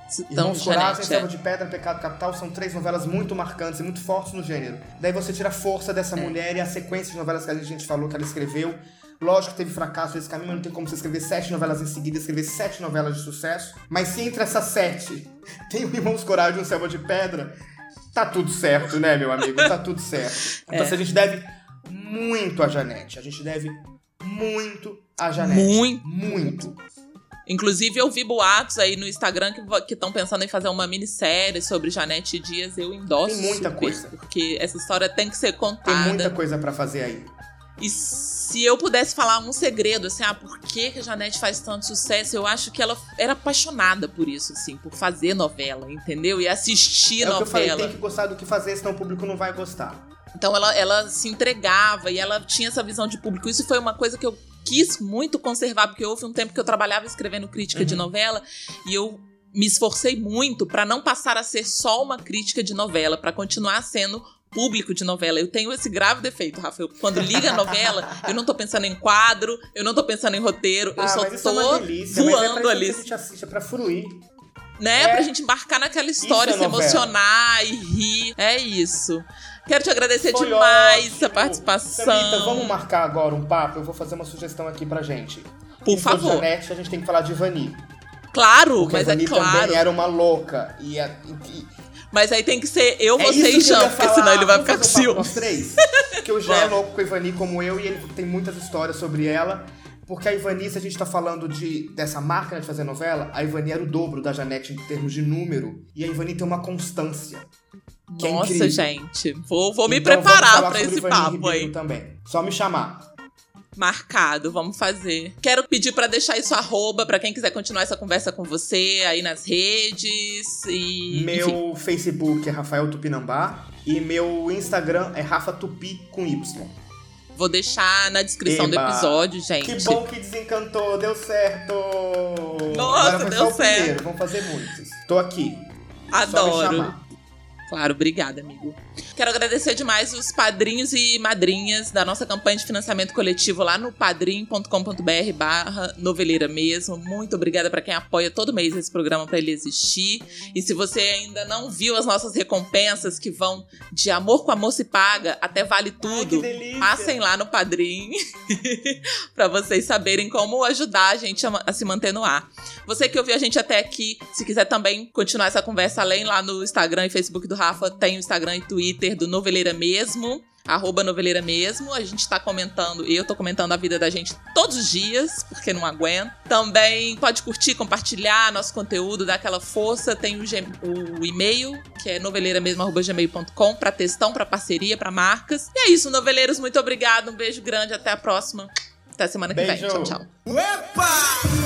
Irmãos Coragem, Selva de Pedra, Pecado Capital são 3 novelas muito marcantes e muito fortes no gênero. Daí você tira a força dessa mulher e a sequência de novelas que a gente falou que ela escreveu. Lógico que teve fracasso nesse caminho, mas não tem como você escrever 7 novelas em seguida, escrever 7 novelas de sucesso. Mas se entre essas 7 tem o Irmãos Coragem e o Selva de Pedra, tá tudo certo, né, meu amigo? Tá tudo certo. Então a gente deve muito a Janete. A gente deve muito a Janete. Muito. Inclusive, eu vi boatos aí no Instagram que estão pensando em fazer uma minissérie sobre Janete Dias. Eu endosso. Tem muita coisa. Porque essa história tem que ser contada. Tem muita coisa pra fazer aí. E se eu pudesse falar um segredo, assim, por que a Janete faz tanto sucesso, eu acho que ela era apaixonada por isso, assim, por fazer novela, entendeu? E assistir novela. É o que eu falei, tem que gostar do que fazer, senão o público não vai gostar. Então ela se entregava e ela tinha essa visão de público. Isso foi uma coisa que eu quis muito conservar, porque houve um tempo que eu trabalhava escrevendo crítica de novela e eu me esforcei muito pra não passar a ser só uma crítica de novela, pra continuar sendo público de novela. Eu tenho esse grave defeito, Rafa. Quando liga a novela, eu não tô pensando em quadro, eu não tô pensando em roteiro, eu só tô voando ali. A gente assiste, é pra fruir. Né? Pra gente embarcar naquela história, se emocionar e rir. É isso. Quero te agradecer demais a participação. Samita, vamos marcar agora um papo? Eu vou fazer uma sugestão aqui pra gente. Por favor. Janete, a gente tem que falar de Ivani. Claro, porque mas Ivani é claro. Também era uma louca. Mas aí tem que ser você e Jean, porque senão ele vai ficar com ciúme. Nós 3. Porque o Jean é louco com a Ivani como eu e ele tem muitas histórias sobre ela. Porque a Ivani, se a gente tá falando dessa máquina de fazer novela, a Ivani era o dobro da Janete em termos de número. E a Ivani tem uma constância. Que nossa, é incrível. gente. Vou me preparar pra esse papo aí. Também. Só me chamar. Marcado, vamos fazer. Quero pedir pra deixar isso @ pra quem quiser continuar essa conversa com você aí nas redes e... Meu Facebook é Rafael Tupinambá e meu Instagram é Rafa Tupi com Y. Vou deixar na descrição do episódio, gente. Que bom que desencantou, deu certo! Nossa, agora deu certo. Primeiro, vamos fazer muitos. Tô aqui. Adoro. Só me chamar. Claro, obrigada, amigo. Quero agradecer demais os padrinhos e madrinhas da nossa campanha de financiamento coletivo lá no padrim.com.br/noveleira mesmo. Muito obrigada para quem apoia todo mês esse programa para ele existir. E se você ainda não viu as nossas recompensas que vão de Amor com Amor se Paga até Vale Tudo, passem lá no Padrim para vocês saberem como ajudar a gente a se manter no ar. Você que ouviu a gente até aqui, se quiser também continuar essa conversa além lá no Instagram e Facebook do Rafa, tem o Instagram e Twitter do Noveleira Mesmo, @Noveleira Mesmo. A gente tá comentando, eu tô comentando a vida da gente todos os dias, porque não aguento. Também pode curtir, compartilhar nosso conteúdo, dar aquela força. Tem o e-mail, que é noveleira_mesmo@gmail.com, pra textão, pra parceria, pra marcas. E é isso, noveleiros, muito obrigado, um beijo grande, até a próxima. Até semana que vem. Tchau, tchau. Opa!